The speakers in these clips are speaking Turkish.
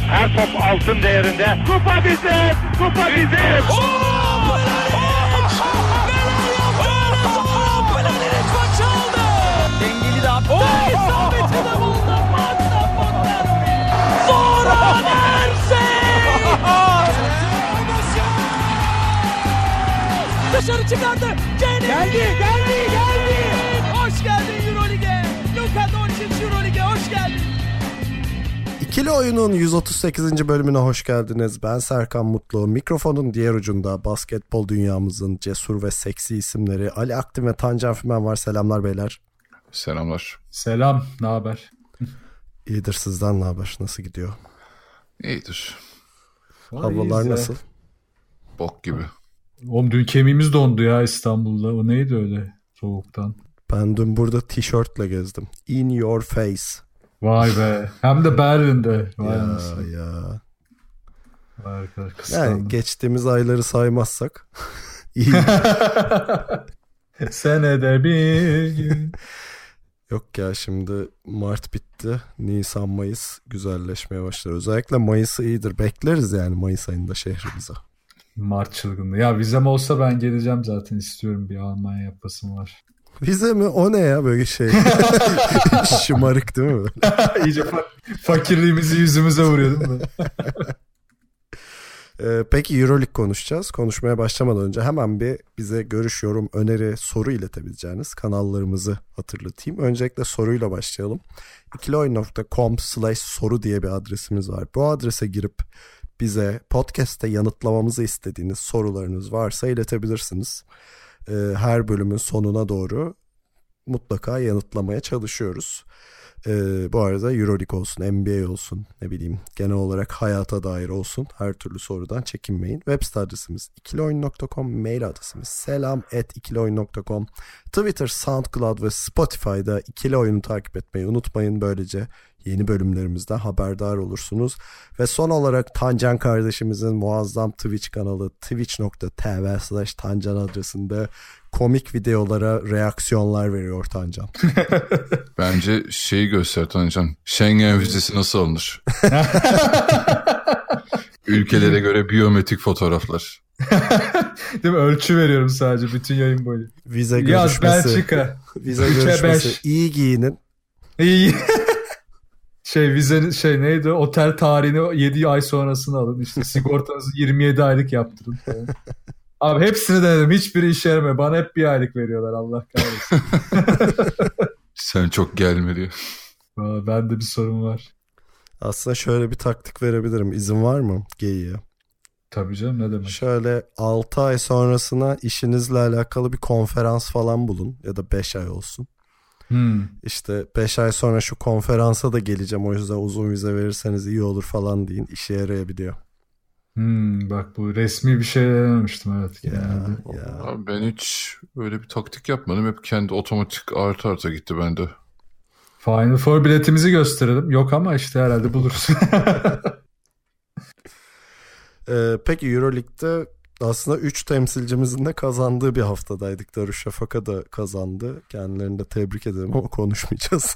Her top altın değerinde. Kupa bizim, kupa bizim. Maç aldı. Dengeli de attı. İsabeti de buldu. Sonra dışarı çıkardı. Geldi. Hoş geldin Euroleague'e. Luka Doncic Euroleague'e hoş geldin. İkili Oyun'un 138. bölümüne hoş geldiniz. Ben Serkan Mutlu. Mikrofonun diğer ucunda basketbol dünyamızın cesur ve seksi isimleri Ali Aktin ve Tancan Fümen var. Selamlar beyler. Selamlar. Selam, ne haber? İyidir, sizden ne haber? Nasıl gidiyor? İyidir. Havalar nasıl? Bok gibi. Oğlum dün kemiğimiz dondu ya İstanbul'da. O neydi öyle soğuktan? Ben dün burada tişörtle gezdim. In your face. Vay be. Hem de Berlin'de. Vay ya nasıl? ya. Vay arkadaş, kıskandım. Yani geçtiğimiz ayları saymazsak iyi. Senede bir gün. Yok ya, şimdi Mart bitti. Nisan, Mayıs güzelleşmeye başlar. Özellikle Mayıs'ı iyidir. Bekleriz yani Mayıs ayında şehrimize. Mart çılgınlığı. Ya vizem olsa ben geleceğim zaten, istiyorum, bir Almanya yapasım var. Vize mi? O ne ya böyle şey? Şımarık değil mi böyle? İyice fakirliğimizi yüzümüze vuruyor değil mi? Peki Euroleague konuşacağız. Konuşmaya başlamadan önce hemen bir bize görüş, yorum, öneri, soru iletebileceğiniz kanallarımızı hatırlatayım. Öncelikle soruyla başlayalım. ikilioyun.com/soru diye bir adresimiz var. Bu adrese girip bize podcast'te yanıtlamamızı istediğiniz sorularınız varsa iletebilirsiniz. Her bölümün sonuna doğru mutlaka yanıtlamaya çalışıyoruz. Bu arada Euroleague olsun, NBA olsun, ne bileyim genel olarak hayata dair olsun, her türlü sorudan çekinmeyin. Web site adresimiz ikilioyun.com, mail adresimiz selam@ikilioyun.com, Twitter, SoundCloud ve Spotify'da İkili Oyun'u takip etmeyi unutmayın. Böylece yeni bölümlerimizden haberdar olursunuz. Ve son olarak Tancan kardeşimizin muazzam Twitch kanalı twitch.tv/Tancan adresinde komik videolara reaksiyonlar veriyor Tancan. Bence şeyi göster Tancan. Schengen vizesi nasıl alınır? Ülkelere göre biyometrik fotoğraflar. Değil mi? Ölçü veriyorum sadece bütün yayın boyu. Vize görüşmesi. Belçika. Vize görüşmesi. İyi giyinin. İyi. Vizenin neydi? Otel tarihini 7 ay sonrasını alın. İşte sigortanızı 27 aylık yaptırın falan. Abi hepsini denedim. Hiçbiri işe yaramıyor. Bana hep bir aylık veriyorlar. Allah kahretsin. Sen çok gelme diyor. Bende bir sorun var. Aslında şöyle bir taktik verebilirim. İzin var mı geyiğe? Tabii canım, ne demek. Şöyle 6 ay sonrasına işinizle alakalı bir konferans falan bulun. Ya da 5 ay olsun. İşte 5 ay sonra şu konferansa da geleceğim, o yüzden uzun vize verirseniz iyi olur falan deyin. İşe yarayabiliyor. Bak bu resmi bir şey denememiştim, evet. Ya. Abi ben hiç öyle bir taktik yapmadım. Hep kendi otomatik arta gitti bende. Final Four biletimizi gösterelim. Yok ama işte herhalde buluruz. Peki Euroleague'de aslında 3 temsilcimizin de kazandığı bir haftadaydık. Darüşşafaka da kazandı. Kendilerini de tebrik ederim ama konuşmayacağız.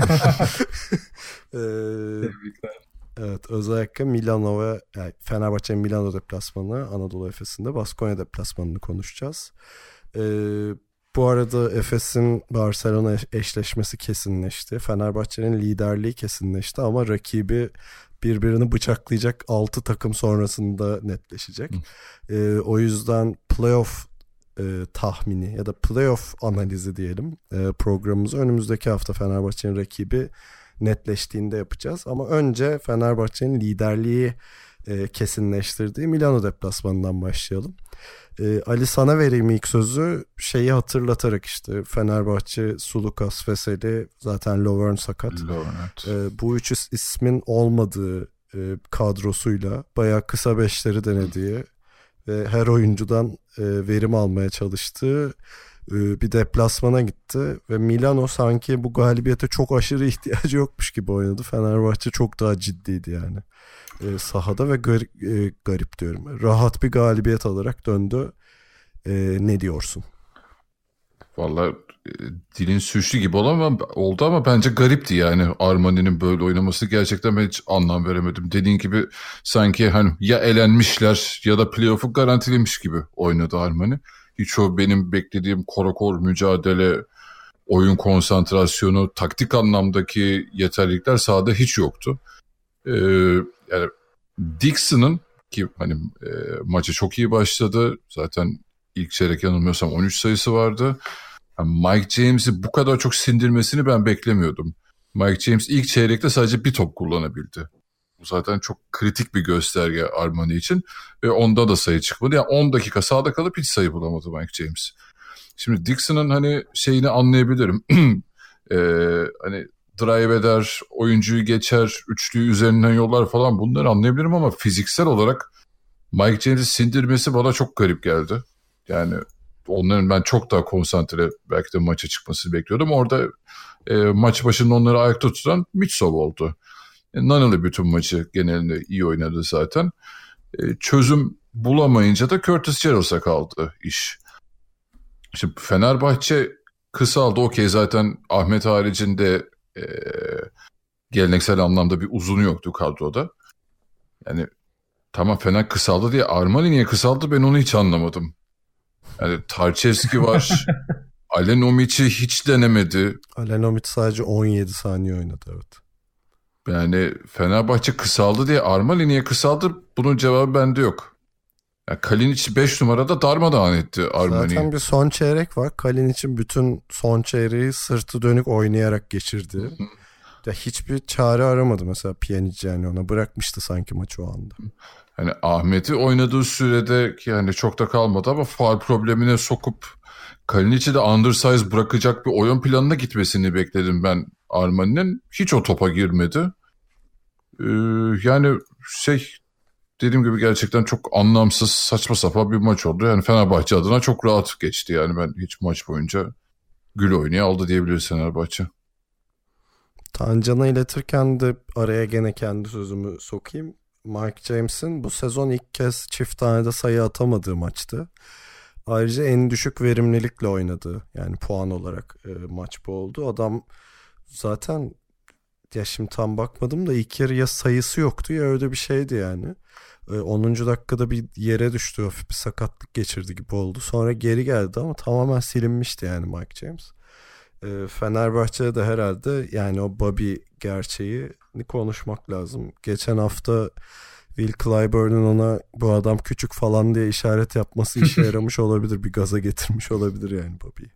Tebrikler. Evet, özellikle Milano ve yani Fenerbahçe'nin Milano deplasmanı, Anadolu Efes'in de Baskonya deplasmanını konuşacağız. Bu arada Efes'in Barcelona eşleşmesi kesinleşti. Fenerbahçe'nin liderliği kesinleşti ama rakibi birbirini bıçaklayacak 6 takım sonrasında netleşecek. O yüzden playoff tahmini ya da playoff analizi diyelim programımızı önümüzdeki hafta Fenerbahçe'nin rakibi netleştiğinde yapacağız. Ama önce Fenerbahçe'nin liderliği kesinleştirdiği Milano deplasmanından başlayalım. Ali, sana vereyim ilk sözü, şeyi hatırlatarak, işte Fenerbahçe, Sulukas, Veseli, zaten Lovern sakat. Bu üç ismin olmadığı kadrosuyla bayağı kısa beşleri denediği ve her oyuncudan verim almaya çalıştığı bir deplasmana gitti ve Milano sanki bu galibiyete çok aşırı ihtiyacı yokmuş gibi oynadı. Fenerbahçe çok daha ciddiydi yani sahada ve garip diyorum. Rahat bir galibiyet alarak döndü. Ne diyorsun? Vallahi dilin sürçtü gibi oldu ama bence garipti yani Armani'nin böyle oynaması. Gerçekten ben hiç anlam veremedim. Dediğin gibi sanki hani ya elenmişler ya da playoff'u garantilemiş gibi oynadı Armani. Hiç o benim beklediğim korakor mücadele, oyun konsantrasyonu, taktik anlamdaki yeterlilikler sahada hiç yoktu. Yani Dixon'ın ki hani maça çok iyi başladı. Zaten ilk çeyrek yanılmıyorsam 13 sayısı vardı. Yani Mike James'i bu kadar çok sindirmesini ben beklemiyordum. Mike James ilk çeyrekte sadece bir top kullanabildi. Bu zaten çok kritik bir gösterge Armani için. Ve onda da sayı çıkmadı. Yani 10 dakika sahada kalıp hiç sayı bulamadı Mike James. Şimdi Dixon'ın hani şeyini anlayabilirim. Hani drive eder, oyuncuyu geçer, üçlüyü üzerinden yollar falan, bunları anlayabilirim ama fiziksel olarak Mike James'i sindirmesi bana çok garip geldi. Yani onların ben çok daha konsantre belki de maça çıkmasını bekliyordum. Orada maç başında onları ayakta tutan Mitsov oldu. Nunnally bütün maçı genelinde iyi oynadı zaten. Çözüm bulamayınca da Curtis Geralds'a kaldı iş. Şimdi Fenerbahçe kısaldı. Okey, zaten Ahmet haricinde geleneksel anlamda bir uzunu yoktu kadroda. Yani tamam, Fener kısaldı diye Armani niye kısaldı, ben onu hiç anlamadım. Yani Tarçevski var. Alenomic'i hiç denemedi. Alenovic sadece 17 saniye oynadı, evet. Yani Fenerbahçe kısaldı diye Armani niye kısaldı, bunun cevabı bende yok. Yani Kalinic 5 numarada darmadağın etti Armani'yi. Zaten bir son çeyrek var. Kalinic'in bütün son çeyreği sırtı dönük oynayarak geçirdi. Ya hiçbir çare aramadı mesela Pjanic, yani ona bırakmıştı sanki maçı o anda. Hani Ahmet'i oynadığı sürede yani çok da kalmadı ama faul problemine sokup Kalinic'i de undersize bırakacak bir oyun planına gitmesini bekledim ben Armani'nin. Hiç o topa girmedi. Yani dediğim gibi gerçekten çok anlamsız, saçma sapan bir maç oldu. Yani Fenerbahçe adına çok rahat geçti. Yani ben hiç maç boyunca gül oynaya aldı diyebiliriz Fenerbahçe. Tancan'a iletirken de araya gene kendi sözümü sokayım. Mike James'in bu sezon ilk kez çift tane de sayı atamadığı maçtı. Ayrıca en düşük verimlilikle oynadığı, yani puan olarak maç bu oldu. Adam zaten, ya şimdi tam bakmadım da ilk yarı ya sayısı yoktu ya öyle bir şeydi yani. 10. dakikada bir yere düştü, hafif bir sakatlık geçirdi gibi oldu. Sonra geri geldi ama tamamen silinmişti yani Mike James. Fenerbahçe'de de herhalde yani o Bobby gerçeğini konuşmak lazım. Geçen hafta Will Clyburn'un ona bu adam küçük falan diye işaret yapması işe yaramış olabilir. Bir gaza getirmiş olabilir yani Bobby'yi.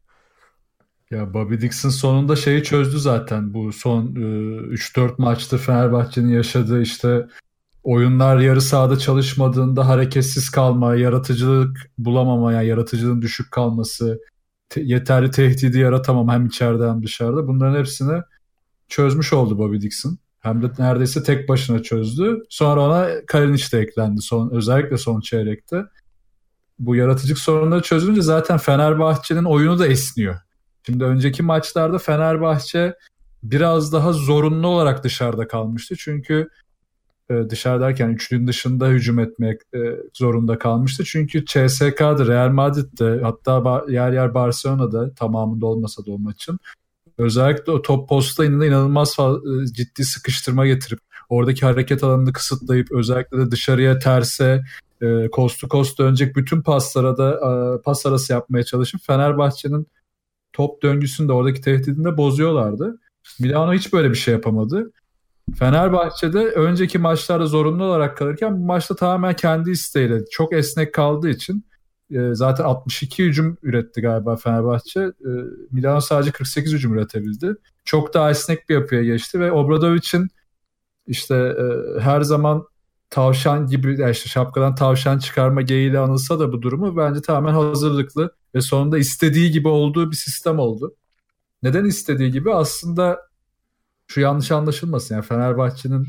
Ya Bobby Dixon sonunda şeyi çözdü zaten. Bu son 3-4 maçta Fenerbahçe'nin yaşadığı işte oyunlar yarı sahada çalışmadığında hareketsiz kalma, yaratıcılık bulamama, yani yaratıcılığın düşük kalması, yeterli tehdidi yaratamam hem içeride hem dışarıda. Bunların hepsini çözmüş oldu Bobby Dixon. Hem de neredeyse tek başına çözdü. Sonra ona Kalinic de eklendi. Özellikle son çeyrekte. Bu yaratıcılık sorunları çözülünce zaten Fenerbahçe'nin oyunu da esniyor. Şimdi önceki maçlarda Fenerbahçe biraz daha zorunlu olarak dışarıda kalmıştı. Çünkü dışarı derken üçlünün dışında hücum etmek zorunda kalmıştı. Çünkü CSK'da, Real Madrid'de, hatta yer yer Barcelona'da, tamamında olmasa da o maçın, özellikle o top posta inanılmaz ciddi sıkıştırma getirip oradaki hareket alanını kısıtlayıp özellikle de dışarıya terse coast to coast dönecek bütün paslara da pas arası yapmaya çalışıp Fenerbahçe'nin top döngüsünü de oradaki tehdidini de bozuyorlardı. Milano hiç böyle bir şey yapamadı. Fenerbahçe'de önceki maçlarda zorunlu olarak kalırken bu maçta tamamen kendi isteğiyle çok esnek kaldığı için zaten 62 hücum üretti galiba Fenerbahçe. Milano sadece 48 hücum üretebildi. Çok daha esnek bir yapıya geçti ve Obradovic'in işte her zaman tavşan gibi, yani işte şapkadan tavşan çıkarma geyiğiyle anılsa da bu durumu bence tamamen hazırlıklı ve sonunda istediği gibi olduğu bir sistem oldu. Neden istediği gibi? Aslında şu yanlış anlaşılmasın, yani Fenerbahçe'nin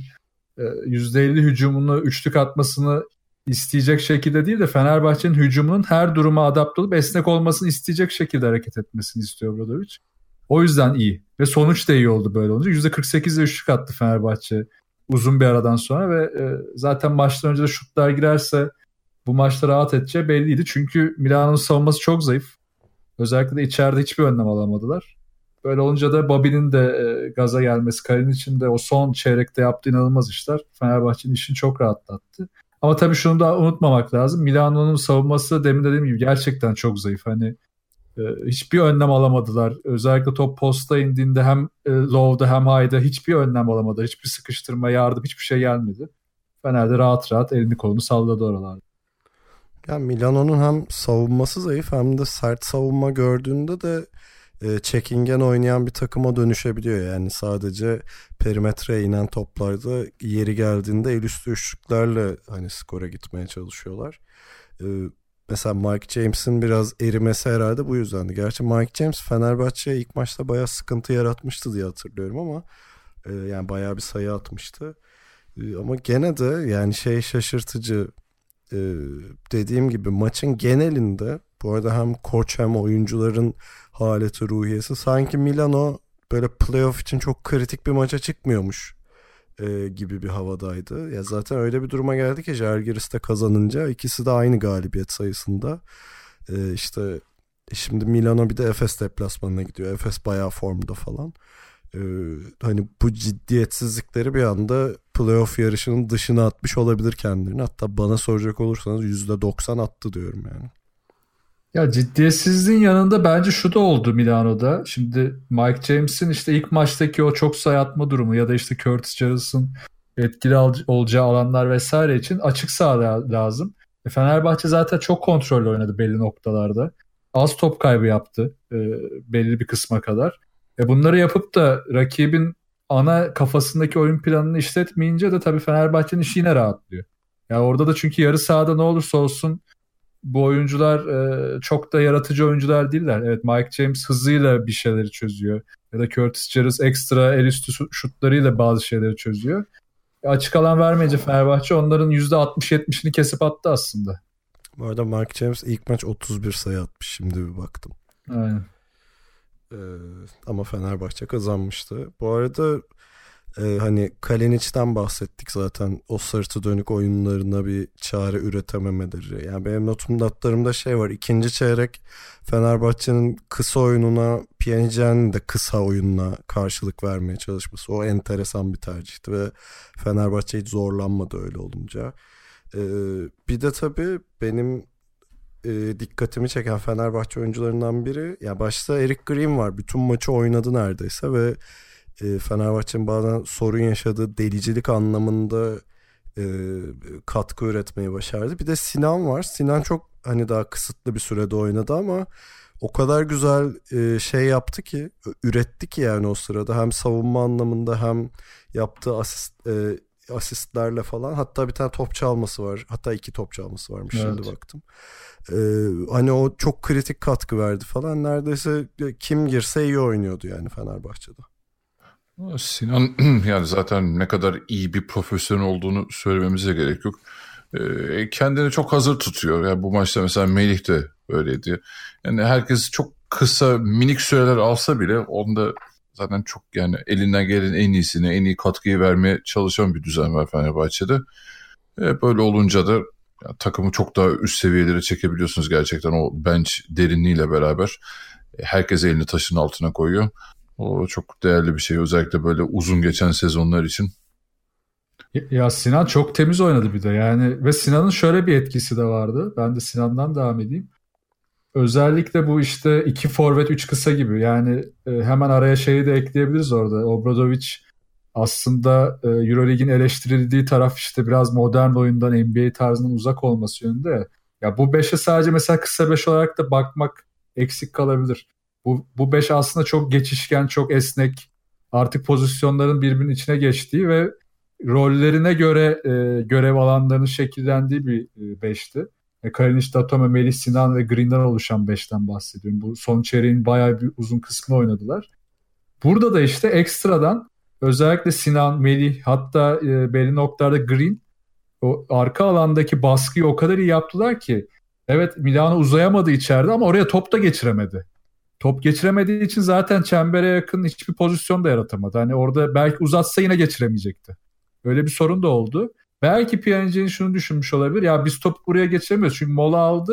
%50 hücumunu üçlük atmasını isteyecek şekilde değil de Fenerbahçe'nin hücumunun her duruma adapte olup esnek olmasını isteyecek şekilde hareket etmesini istiyor Obradovic. O yüzden iyi ve sonuç da iyi oldu böyle olunca. %48'le üçlük attı Fenerbahçe uzun bir aradan sonra ve zaten maçtan önce de şutlar girerse bu maçta rahat edeceği belliydi. Çünkü Milano'nun savunması çok zayıf. Özellikle de içeride hiçbir önlem alamadılar. Böyle olunca da Bobby'nin de gaza gelmesi, Kalinic'in de o son çeyrekte yaptığı inanılmaz işler Fenerbahçe'nin işini çok rahatlattı. Ama tabii şunu da unutmamak lazım. Milano'nun savunması demin dediğim gibi gerçekten çok zayıf. Hani hiçbir önlem alamadılar. Özellikle top posta indiğinde hem low'da hem high'da hiçbir önlem alamadılar. Hiçbir sıkıştırma, yardım, hiçbir şey gelmedi. Fener de rahat rahat elini kolunu salladı oralarda. Yani Milano'nun hem savunması zayıf hem de sert savunma gördüğünde de çekingen oynayan bir takıma dönüşebiliyor. Yani sadece perimetreye inen toplarda yeri geldiğinde el üstü üçlüklerle hani skora gitmeye çalışıyorlar. Mesela Mike James'in biraz erimesi herhalde bu yüzdendi. Gerçi Mike James Fenerbahçe'ye ilk maçta bayağı sıkıntı yaratmıştı diye hatırlıyorum ama yani bayağı bir sayı atmıştı. Ama gene de yani şaşırtıcı. Dediğim gibi maçın genelinde bu arada hem koç hem oyuncuların haleti, ruhiyesi, sanki Milano böyle playoff için çok kritik bir maça çıkmıyormuş gibi bir havadaydı. Ya zaten öyle bir duruma geldi ki Žalgiris'te kazanınca ikisi de aynı galibiyet sayısında. İşte şimdi Milano bir de Efes deplasmanına gidiyor. Efes bayağı formda falan. Hani bu ciddiyetsizlikleri bir anda playoff yarışının dışına atmış olabilir kendilerini. Hatta bana soracak olursanız %90 attı diyorum yani. Ya ciddiyetsizliğin yanında bence şu da oldu Milano'da. Şimdi Mike James'in işte ilk maçtaki o çok sayı atma durumu ya da işte Curtis Jarrett'ın etkili olacağı alanlar vesaire için açık saha lazım. Fenerbahçe zaten çok kontrollü oynadı belli noktalarda. Az top kaybı yaptı belli bir kısma kadar. Bunları yapıp da rakibin ana kafasındaki oyun planını işletmeyince de tabii Fenerbahçe'nin işi yine rahatlıyor. Yani orada da çünkü yarı sahada ne olursa olsun bu oyuncular çok da yaratıcı oyuncular değiller. Evet, Mike James hızıyla bir şeyleri çözüyor. Ya da Curtis Jarrett ekstra el üstü şutlarıyla bazı şeyleri çözüyor. Açık alan vermeyince Fenerbahçe onların %60-70'ini kesip attı aslında. Bu arada Mike James ilk maç 31 sayı atmış, şimdi bir baktım. Aynen. Ama Fenerbahçe kazanmıştı. Bu arada hani Kalinic'ten bahsettik zaten, o sırtı dönük oyunlarına bir çare üretememeleri. Yani benim notlarımda şey var, ikinci çeyrek Fenerbahçe'nin kısa oyununa, Pjanicic'in de kısa oyununa karşılık vermeye çalışması. O enteresan bir tercihti ve Fenerbahçe hiç zorlanmadı öyle olunca. Bir de tabii benim dikkatimi çeken Fenerbahçe oyuncularından biri, ya başta Eric Green var. Bütün maçı oynadı neredeyse ve Fenerbahçe'nin bazen sorun yaşadığı delicilik anlamında katkı üretmeyi başardı. Bir de Sinan var. Sinan çok hani daha kısıtlı bir sürede oynadı ama o kadar güzel şey yaptı ki, üretti ki yani o sırada, hem savunma anlamında hem yaptığı asistlerle falan. Hatta bir tane top çalması var. Hatta 2 top çalması varmış, evet. Şimdi baktım. Hani o çok kritik katkı verdi falan. Neredeyse kim girse iyi oynuyordu yani Fenerbahçe'de. Sinan yani zaten ne kadar iyi bir profesyonel olduğunu söylememize gerek yok. Kendini çok hazır tutuyor. Yani bu maçta mesela Melih de öyleydi. Yani herkes çok kısa minik süreler alsa bile onda zaten çok yani elinden gelen en iyisini, en iyi katkıyı vermeye çalışan bir düzen var Fenerbahçe'de. Böyle olunca da yani takımı çok daha üst seviyelere çekebiliyorsunuz gerçekten, o bench derinliğiyle beraber. Herkes elini taşın altına koyuyor. O çok değerli bir şey, özellikle böyle uzun geçen sezonlar için. Ya Sinan çok temiz oynadı bir de yani, ve Sinan'ın şöyle bir etkisi de vardı. Ben de Sinan'dan devam edeyim. Özellikle bu işte 2 forvet 3 kısa gibi, yani hemen araya şeyi de ekleyebiliriz orada. Obradovic aslında Euroleague'in eleştirildiği taraf işte biraz modern oyundan, NBA tarzından uzak olması yönünde. Ya bu 5'e sadece mesela kısa 5 olarak da bakmak eksik kalabilir. Bu 5 aslında çok geçişken, çok esnek, artık pozisyonların birbirinin içine geçtiği ve rollerine göre görev alanlarının şekillendiği bir 5'ti. Kalinic, Datome, Melih, Sinan ve Green'den oluşan 5'ten bahsediyorum. Bu son çeyreğin bayağı bir uzun kısmını oynadılar. Burada da işte ekstradan özellikle Sinan, Melih, hatta belli noktalarda Green o arka alandaki baskıyı o kadar iyi yaptılar ki, evet Milano uzayamadı içeride ama oraya top da geçiremedi. Top geçiremediği için zaten çembere yakın hiçbir pozisyon da yaratamadı. Hani orada belki uzatsa yine geçiremeyecekti. Öyle bir sorun da oldu. Belki Pjanicic'in şunu düşünmüş olabilir. Ya biz topu buraya geçiremiyoruz çünkü mola aldı.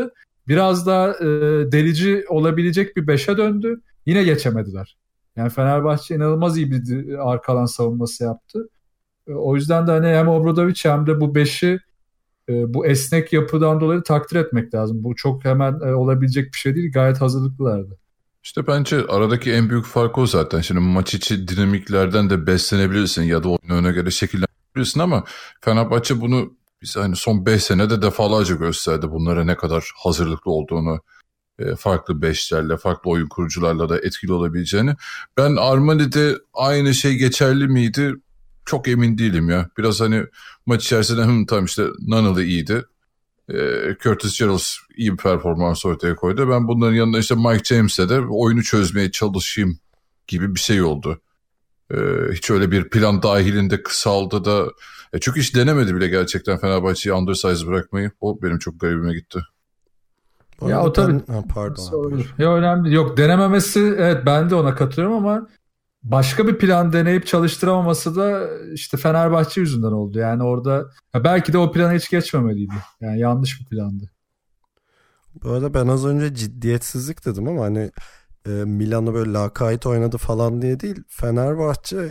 biraz daha delici olabilecek bir 5'e döndü. Yine geçemediler. Yani Fenerbahçe inanılmaz iyi bir arka alan savunması yaptı. O yüzden de hani hem Obradović hem de bu 5'i bu esnek yapıdan dolayı takdir etmek lazım. Bu çok hemen olabilecek bir şey değil. Gayet hazırlıklılardı. İşte bence aradaki en büyük fark o zaten. Şimdi maç içi dinamiklerden de beslenebilirsin ya da oyunu öne göre şekillendirebilirsin ama Fenerbahçe bunu bize hani son 5 senede defalarca gösterdi. Bunlara ne kadar hazırlıklı olduğunu, farklı beşlerle, farklı oyun kurucularla da etkili olabileceğini. Ben Armani'de aynı şey geçerli miydi? Çok emin değilim ya. Biraz hani maç içerisinde tamam işte Nunnally iyiydi. Curtis Gerald iyi bir performans ortaya koydu. Ben bunların yanında işte Mike James'e de oyunu çözmeye çalışayım gibi bir şey oldu. Hiç öyle bir plan dahilinde kısaldı da. Çünkü hiç denemedi bile gerçekten Fenerbahçe'yi undersize bırakmayı. O benim çok garibime gitti. Ya o tabii. Pardon. Ya önemli. Yok, denememesi, evet, ben de ona katılıyorum ama başka bir plan deneyip çalıştıramaması da işte Fenerbahçe yüzünden oldu. Yani orada belki de o plana hiç geçmemeliydi. Yani yanlış bir plandı. Bu arada ben az önce ciddiyetsizlik dedim ama hani Milan'ı böyle lakayt oynadı falan diye değil. Fenerbahçe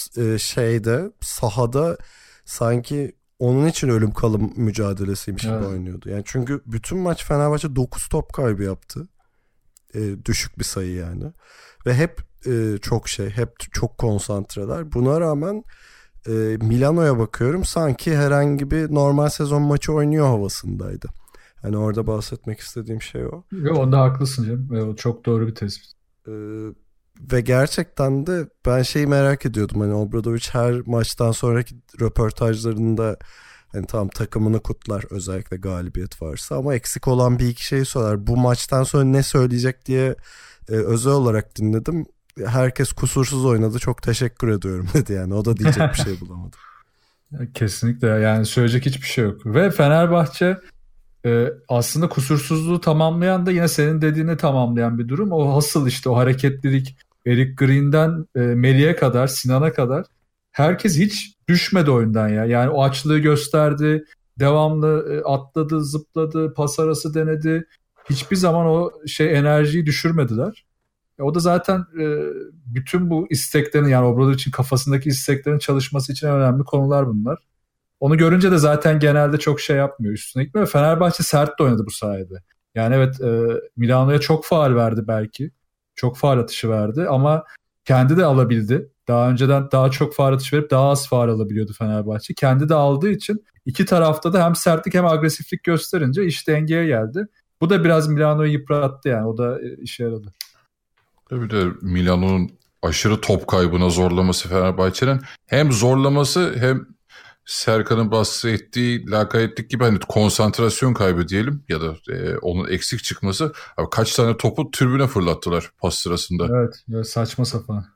sahada sanki onun için ölüm kalım mücadelesiymiş gibi oynuyordu. Yani çünkü bütün maç Fenerbahçe 9 top kaybı yaptı. Düşük bir sayı yani. Ve hep hep çok konsantreler. Buna rağmen Milano'ya bakıyorum, sanki herhangi bir normal sezon maçı oynuyor havasındaydı. Hani orada bahsetmek istediğim şey o. Yok, onda haklısın canım. O çok doğru bir tespit. Ve gerçekten de ben şeyi merak ediyordum. Hani Obradović her maçtan sonraki röportajlarında hani tam takımını kutlar, özellikle galibiyet varsa, ama eksik olan bir iki şeyi söyler. Bu maçtan sonra ne söyleyecek diye özel olarak dinledim. Herkes kusursuz oynadı, çok teşekkür ediyorum dedi yani. O da diyecek bir şey bulamadı. Kesinlikle, yani söyleyecek hiçbir şey yok. Ve Fenerbahçe aslında kusursuzluğu tamamlayan da yine senin dediğini tamamlayan bir durum. O hasıl işte o hareketlilik, Eric Green'den Melih'e kadar, Sinan'a kadar herkes hiç düşmedi oyundan ya. Yani o açlığı gösterdi, devamlı atladı, zıpladı, pas arası denedi. Hiçbir zaman o enerjiyi düşürmediler. O da zaten bütün bu isteklerin, yani Obradović'in kafasındaki isteklerin çalışması için önemli konular bunlar. Onu görünce de zaten genelde çok şey yapmıyor, üstüne gitmiyor. Fenerbahçe sert de oynadı bu sayede. Yani evet, Milano'ya çok faul verdi belki. Çok faul atışı verdi ama kendi de alabildi. Daha önceden daha çok faul atışı verip daha az faul alabiliyordu Fenerbahçe. Kendi de aldığı için iki tarafta da hem sertlik hem agresiflik gösterince iş dengeye geldi. Bu da biraz Milano'yu yıprattı yani. O da işe yaradı. Bir de Milano'nun aşırı top kaybına zorlaması Fenerbahçe'nin, hem zorlaması hem Serkan'ın bahsettiği lakayetlik gibi hani konsantrasyon kaybı diyelim ya da onun eksik çıkması. Abi kaç tane topu tribüne fırlattılar pas sırasında. Evet, saçma sapan.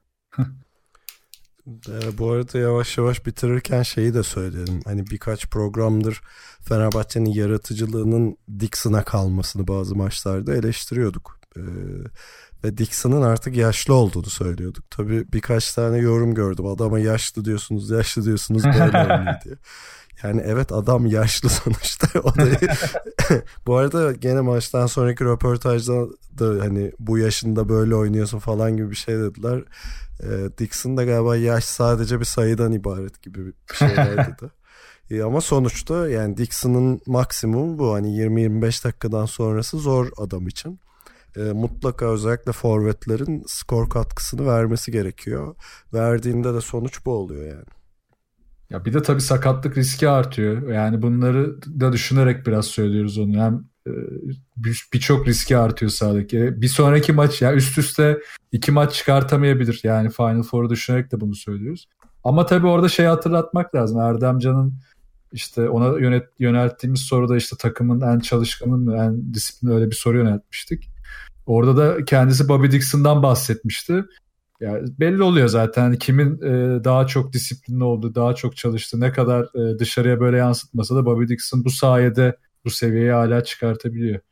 Bu arada yavaş yavaş bitirirken şeyi de söyleyelim. Hani birkaç programdır Fenerbahçe'nin yaratıcılığının Dixon'a kalmasını bazı maçlarda eleştiriyorduk. Ve Dixon'ın artık yaşlı olduğunu söylüyorduk. Tabii birkaç tane yorum gördüm. Adama yaşlı diyorsunuz böyle oynuyor diye. Yani evet, adam yaşlı sonuçta. O da bu arada gene maçtan sonraki röportajda da hani bu yaşında böyle oynuyorsun falan gibi bir şey dediler. Dixon da galiba yaş sadece bir sayıdan ibaret gibi bir şeyler dedi. Ama sonuçta yani Dixon'ın maksimum bu. Hani 20-25 dakikadan sonrası zor adam için. Mutlaka özellikle forvetlerin skor katkısını vermesi gerekiyor. Verdiğinde de sonuç bu oluyor yani. Ya bir de tabii sakatlık riski artıyor. Yani bunları da düşünerek biraz söylüyoruz onu. Hem birçok riski artıyor sahadaki. Bir sonraki maç, ya üst üste 2 maç çıkartamayabilir. Yani Final Four'u düşünerek de bunu söylüyoruz. Ama tabii orada hatırlatmak lazım. Erdemcan'ın işte ona yönelttiğimiz soruda işte takımın en çalışkanı mı, en disiplinli, öyle bir soru yöneltmiştik. Orada da kendisi Bobby Dixon'dan bahsetmişti. Yani belli oluyor zaten kimin daha çok disiplinli olduğu, daha çok çalıştığı, ne kadar dışarıya böyle yansıtmasa da Bobby Dixon bu sayede bu seviyeyi hala çıkartabiliyor.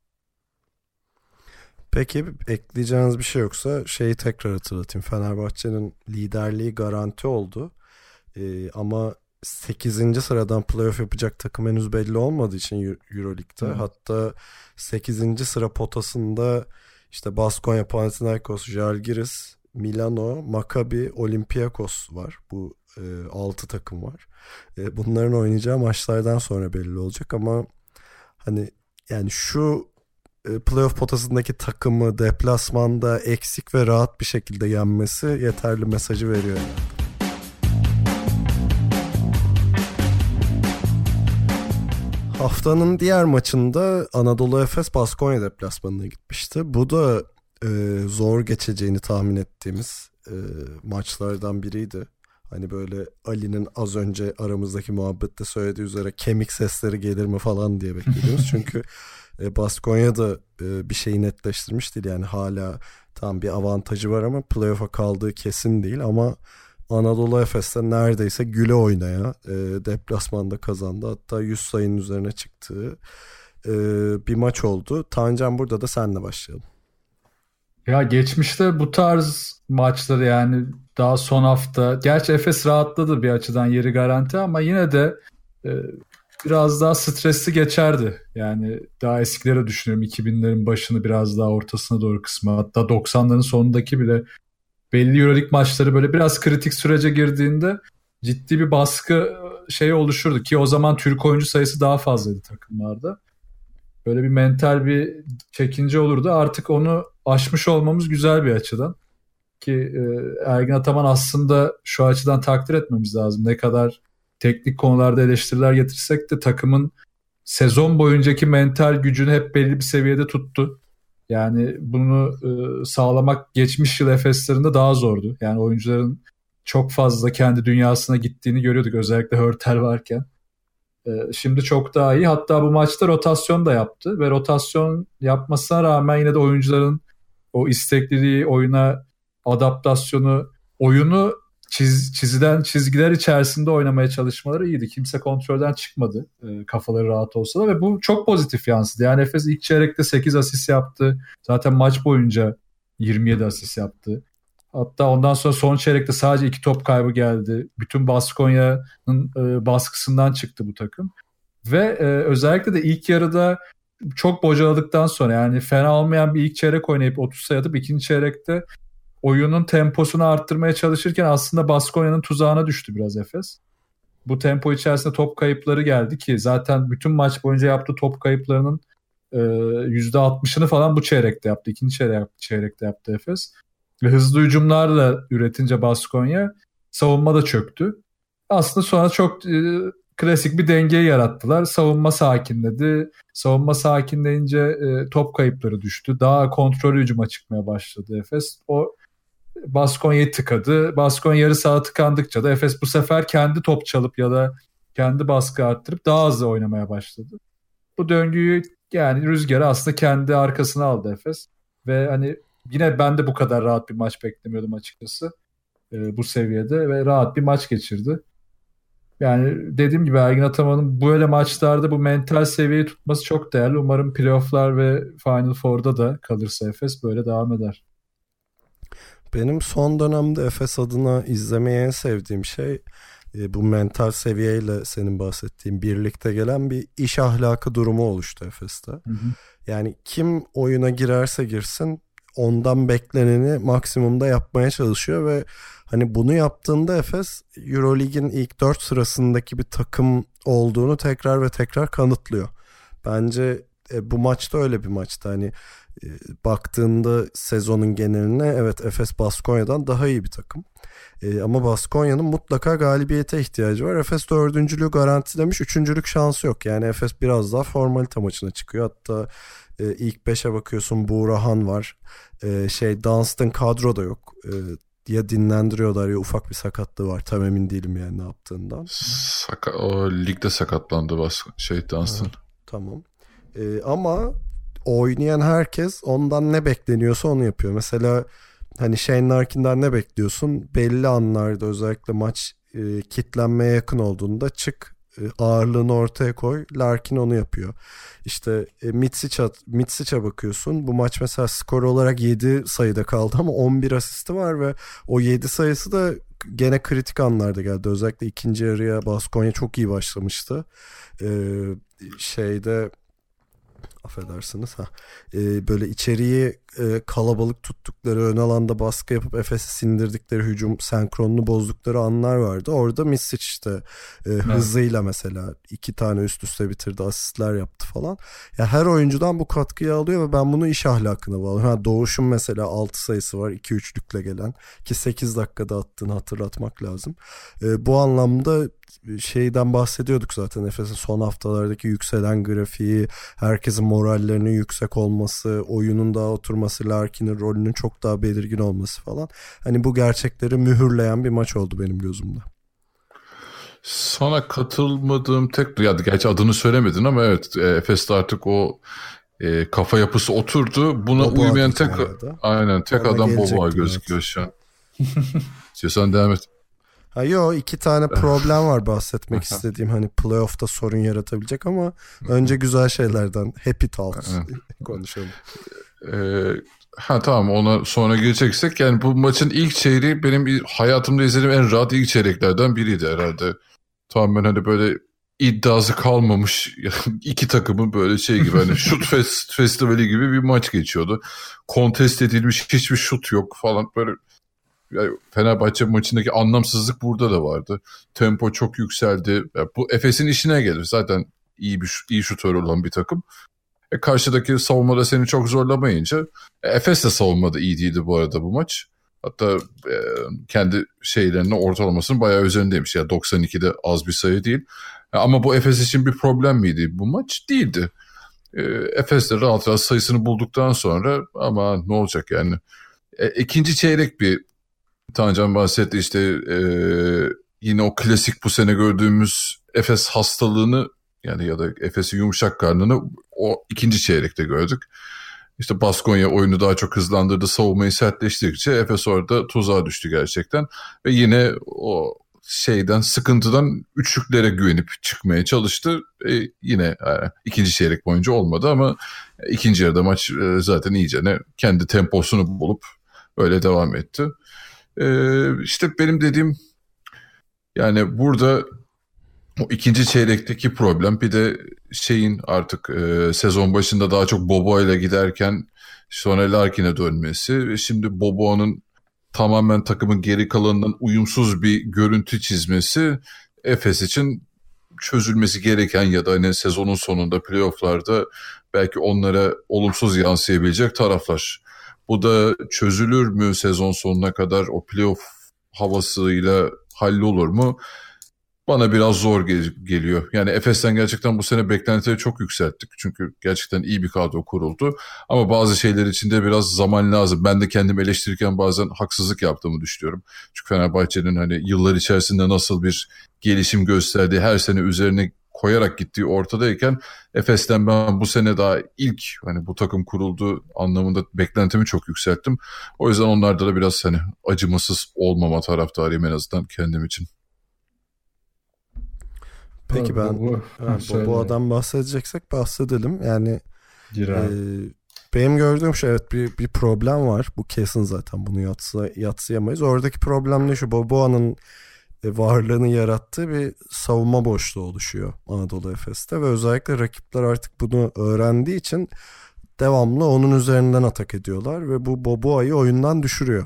Peki ekleyeceğiniz bir şey yoksa şeyi tekrar hatırlatayım. Fenerbahçe'nin liderliği garanti oldu. Ama 8. sıradan playoff yapacak takım henüz belli olmadığı için Euroleague'de. Evet. Hatta 8. sıra potasında işte Baskonya, Panathinaikos, Žalgiris, Milano, Maccabi, Olympiakos var. Bu 6 takım var. Bunların oynayacağı maçlardan sonra belli olacak ama hani yani şu playoff potasındaki takımı deplasmanda eksik ve rahat bir şekilde yenmesi yeterli mesajı veriyor. Haftanın diğer maçında Anadolu Efes Baskonya deplasmanına gitmişti. Bu da zor geçeceğini tahmin ettiğimiz maçlardan biriydi. Hani böyle Ali'nin az önce aramızdaki muhabbette söylediği üzere kemik sesleri gelir mi falan diye beklediğimiz. Çünkü Baskonya da bir şeyi netleştirmiş değil. Yani hala tam bir avantajı var ama playoff'a kaldığı kesin değil. Ama Anadolu Efes'te neredeyse güle oynaya deplasmanda kazandı. Hatta 100 sayının üzerine çıktığı bir maç oldu. Tancan, burada da senle başlayalım. Ya geçmişte bu tarz maçları yani daha son hafta, gerçi Efes rahatladı bir açıdan, yeri garanti, ama yine de biraz daha stresli geçerdi. Yani daha eskilere düşünüyorum, 2000'lerin başını, biraz daha ortasına doğru kısmı, hatta 90'ların sonundaki bile belli Euroleague maçları böyle biraz kritik sürece girdiğinde ciddi bir baskı şeyi oluşurdu ki o zaman Türk oyuncu sayısı daha fazlaydı takımlarda. Böyle bir mental bir çekince olurdu. Artık onu aşmış olmamız güzel bir açıdan. Ki Ergin Ataman aslında şu açıdan takdir etmemiz lazım. Ne kadar teknik konularda eleştiriler getirsek de takımın sezon boyuncaki mental gücünü hep belli bir seviyede tuttu. Yani bunu sağlamak geçmiş yıl Efes'lerinde daha zordu. Yani oyuncuların çok fazla kendi dünyasına gittiğini görüyorduk, özellikle Hörtel varken. Şimdi çok daha iyi. Hatta bu maçta rotasyon da yaptı ve rotasyon yapmasına rağmen yine de oyuncuların o istekliliği, oyuna adaptasyonu, oyunu çizilen çizgiler içerisinde oynamaya çalışmaları iyiydi. Kimse kontrolden çıkmadı, kafaları rahat olsa da, ve bu çok pozitif yansıdı. Yani Efes ilk çeyrekte 8 asist yaptı. Zaten maç boyunca 27 asist yaptı. Hatta ondan sonra son çeyrekte sadece 2 top kaybı geldi. Bütün Baskonya'nın baskısından çıktı bu takım. Ve özellikle de ilk yarıda çok bocaladıktan sonra, yani fena olmayan bir ilk çeyrek oynayıp 30 sayı atıp ikinci çeyrekte oyunun temposunu arttırmaya çalışırken aslında Baskonya'nın tuzağına düştü biraz Efes. Bu tempo içerisinde top kayıpları geldi ki zaten bütün maç boyunca yaptığı top kayıplarının %60'ını falan bu çeyrekte yaptı. İkinci çeyrekte yaptı Efes. Ve hızlı hücumlarla üretince Baskonya, savunma da çöktü. Aslında sonra çok klasik bir dengeyi yarattılar. Savunma sakinledi. Savunma sakinleyince top kayıpları düştü. Daha kontrollü hücuma çıkmaya başladı Efes. O Baskonya'yı tıkadı. Baskonya yarı saha tıkandıkça da Efes bu sefer kendi top çalıp ya da kendi baskı arttırıp daha hızlı oynamaya başladı. Bu döngüyü, yani rüzgarı aslında kendi arkasına aldı Efes. Ve hani yine ben de bu kadar rahat bir maç beklemiyordum açıkçası. Bu seviyede ve rahat bir maç geçirdi. Yani dediğim gibi Ergin Ataman'ın böyle maçlarda bu mental seviyeyi tutması çok değerli. Umarım playofflar ve Final Four'da da kalırsa Efes böyle devam eder. Benim son dönemde Efes adına izlemeye en sevdiğim şey bu mental seviyeyle senin bahsettiğin birlikte gelen bir iş ahlakı durumu oluştu Efes'te. Hı hı. Yani kim oyuna girerse girsin ondan bekleneni maksimumda yapmaya çalışıyor ve hani bunu yaptığında Efes Euroleague'in ilk 4 sırasındaki bir takım olduğunu tekrar ve tekrar kanıtlıyor. Bence bu maçta öyle bir maçtı. Hani baktığında sezonun geneline evet Efes Baskonya'dan daha iyi bir takım. Ama Baskonya'nın mutlaka galibiyete ihtiyacı var. Efes dördüncülüğü garantilemiş. Üçüncülük şansı yok. Yani Efes biraz daha formalite maçına çıkıyor. Hatta ilk 5'e bakıyorsun, Buğrahan var. Dunstan kadroda yok. Ya dinlendiriyorlar ya ufak bir sakatlığı var. Tam emin değilim yani ne yaptığından. O ligde sakatlandı Dunstan. Tamam. Ama oynayan herkes ondan ne bekleniyorsa onu yapıyor. Mesela hani Shane Larkin'den ne bekliyorsun? Belli anlarda özellikle maç kitlenmeye yakın olduğunda çık ağırlığını ortaya koy. Larkin onu yapıyor. İşte Mitsic'e bakıyorsun. Bu maç mesela skor olarak 7 sayıda kaldı ama 11 asisti var ve o 7 sayısı da gene kritik anlarda geldi. Özellikle ikinci yarıya Baskonya çok iyi başlamıştı. Affedersiniz böyle içeriği kalabalık tuttukları, ön alanda baskı yapıp Efes'i sindirdikleri, hücum senkronunu bozdukları anlar vardı. Orada Misic işte hızıyla mesela 2 tane üst üste bitirdi, asistler yaptı falan. Ya her oyuncudan bu katkıyı alıyor ve ben bunu iş ahlakına bağlıyorum. Doğuş'un mesela 6 sayısı var 2-3'lükle gelen ki 8 dakikada attığını hatırlatmak lazım. Bu anlamda şeyden bahsediyorduk zaten, Efes'in son haftalardaki yükselen grafiği, herkesin morallerinin yüksek olması, oyunun daha oturması, Larkin'in rolünün çok daha belirgin olması falan. Hani bu gerçekleri mühürleyen bir maç oldu benim gözümde. Sana katılmadığım tek, ya gerçi adını söylemedin ama evet, Efes'te artık o kafa yapısı oturdu. Buna Bobo uymayan tek Ona adam Bobo gözüküyor şu an. İstiyorsan devam et. İki tane problem var bahsetmek istediğim, hani playoff'ta sorun yaratabilecek ama önce güzel şeylerden, happy talks konuşalım. Tamam, ona sonra geleceksek, yani bu maçın ilk çeyreği benim hayatımda izlediğim en rahat ilk çeyreklerden biriydi herhalde. Tamamen hani böyle iddiası kalmamış iki takımın böyle şey gibi, hani şut festivali gibi bir maç geçiyordu. Kontest edilmiş hiçbir şut yok falan, böyle. Yani Fenerbahçe maçındaki anlamsızlık burada da vardı. Tempo çok yükseldi. Yani bu Efes'in işine gelir. Zaten iyi şutör olan bir takım. Karşıdaki savunmada seni çok zorlamayınca, Efes de savunmada iyi değildi bu arada bu maç. Hatta kendi şeylerinin ortalamasının bayağı üzerindeymiş. Yani 92'de az bir sayı değil. Ama bu Efes için bir problem miydi bu maç? Değildi. Efes de rahat rahat sayısını bulduktan sonra, ama ne olacak yani. İkinci çeyrek bir Tancan bahsetti işte, yine o klasik bu sene gördüğümüz Efes hastalığını, yani ya da Efes'in yumuşak karnını o ikinci çeyrekte gördük. İşte Baskonya oyunu daha çok hızlandırdı, savunmayı sertleştirdikçe Efes orada tuzağa düştü gerçekten. Ve yine o sıkıntıdan üçlüklere güvenip çıkmaya çalıştı. Yine ikinci çeyrek boyunca olmadı ama ikinci yarıda maç zaten iyicene kendi temposunu bulup öyle devam etti. İşte benim dediğim, yani burada o ikinci çeyrekteki problem, bir de artık sezon başında daha çok Bobo ile giderken sonra Larkin'e dönmesi ve şimdi Bobo'nun tamamen takımın geri kalanından uyumsuz bir görüntü çizmesi, Efes için çözülmesi gereken ya da hani sezonun sonunda playoff'larda belki onlara olumsuz yansıyabilecek taraflar. Bu da çözülür mü sezon sonuna kadar, o playoff havasıyla hallolur mu? Bana biraz zor geliyor. Yani Efes'ten gerçekten bu sene beklentileri çok yükselttik. Çünkü gerçekten iyi bir kadro kuruldu. Ama bazı şeyler için de biraz zaman lazım. Ben de kendimi eleştirirken bazen haksızlık yaptığımı düşünüyorum. Çünkü Fenerbahçe'nin hani yıllar içerisinde nasıl bir gelişim gösterdiği, her sene üzerine koyarak gittiği ortadayken, Efes'ten ben bu sene daha ilk hani bu takım kurulduğu anlamında beklentimi çok yükselttim. O yüzden onlarda da biraz hani acımasız olmama taraftarıyım, en azından kendim için. Peki bu adam bahsedeceksek bahsedelim. Yani benim gördüğüm şey, evet bir problem var. Bu kesin, zaten bunu yadsıyamayız. Oradaki problem ne? Şu Boboa'nın varlığını yarattığı bir savunma boşluğu oluşuyor Anadolu Efes'te ve özellikle rakipler artık bunu öğrendiği için devamlı onun üzerinden atak ediyorlar ve bu Boboa'yı oyundan düşürüyor.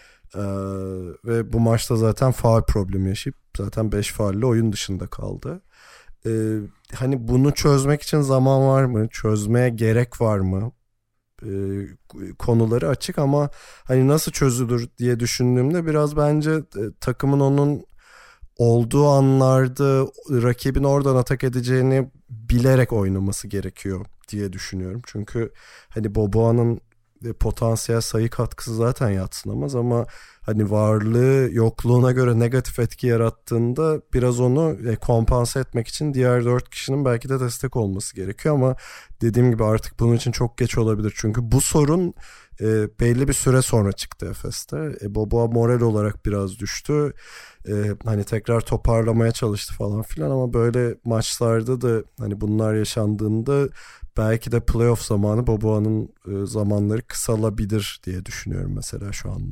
Ve bu maçta zaten faul problemi yaşayıp zaten 5 faulle oyun dışında kaldı. Hani bunu çözmek için zaman var mı? Çözmeye gerek var mı? Konuları açık ama hani nasıl çözülür diye düşündüğümde biraz bence takımın onun olduğu anlarda rakibin oradan atak edeceğini bilerek oynaması gerekiyor diye düşünüyorum. Çünkü hani Boboa'nın potansiyel sayı katkısı zaten yadsınamaz ama hani varlığı yokluğuna göre negatif etki yarattığında biraz onu kompanse etmek için diğer 4 kişinin belki de destek olması gerekiyor ama dediğim gibi artık bunun için çok geç olabilir. Çünkü bu sorun belli bir süre sonra çıktı Efes'te. Boboa moral olarak biraz düştü. Hani tekrar toparlamaya çalıştı falan filan ama böyle maçlarda da hani bunlar yaşandığında belki de playoff zamanı Boboa'nın zamanları kısalabilir diye düşünüyorum mesela şu anda.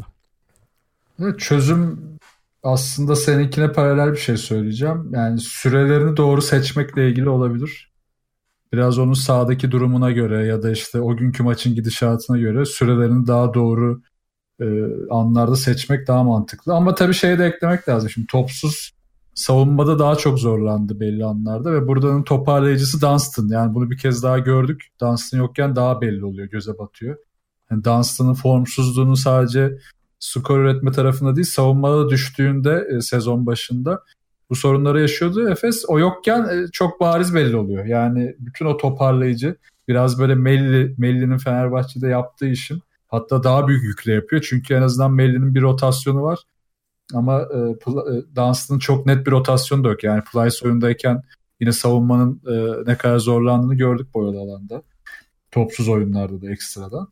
Çözüm aslında seninkine paralel bir şey söyleyeceğim. Yani sürelerini doğru seçmekle ilgili olabilir. Biraz onun sahadaki durumuna göre ya da işte o günkü maçın gidişatına göre sürelerini daha doğru anlarda seçmek daha mantıklı. Ama tabii şeyi de eklemek lazım. Şimdi topsuz savunmada daha çok zorlandı belli anlarda ve buranın toparlayıcısı Dunstan. Yani bunu bir kez daha gördük. Dunstan yokken daha belli oluyor, göze batıyor. Yani Dunstan'ın formsuzluğunu sadece skor üretme tarafında değil, savunmada da düştüğünde sezon başında bu sorunları yaşıyordu. Efes o yokken çok bariz belli oluyor. Yani bütün o toparlayıcı biraz böyle Melli'nin Fenerbahçe'de yaptığı işin hatta daha büyük yükle yapıyor. Çünkü en azından Melli'nin bir rotasyonu var. Ama Dunstan'ın çok net bir rotasyonu da yok. Yani Plyce oyundayken yine savunmanın ne kadar zorlandığını gördük boyalı alanda. Topsuz oyunlarda da ekstradan.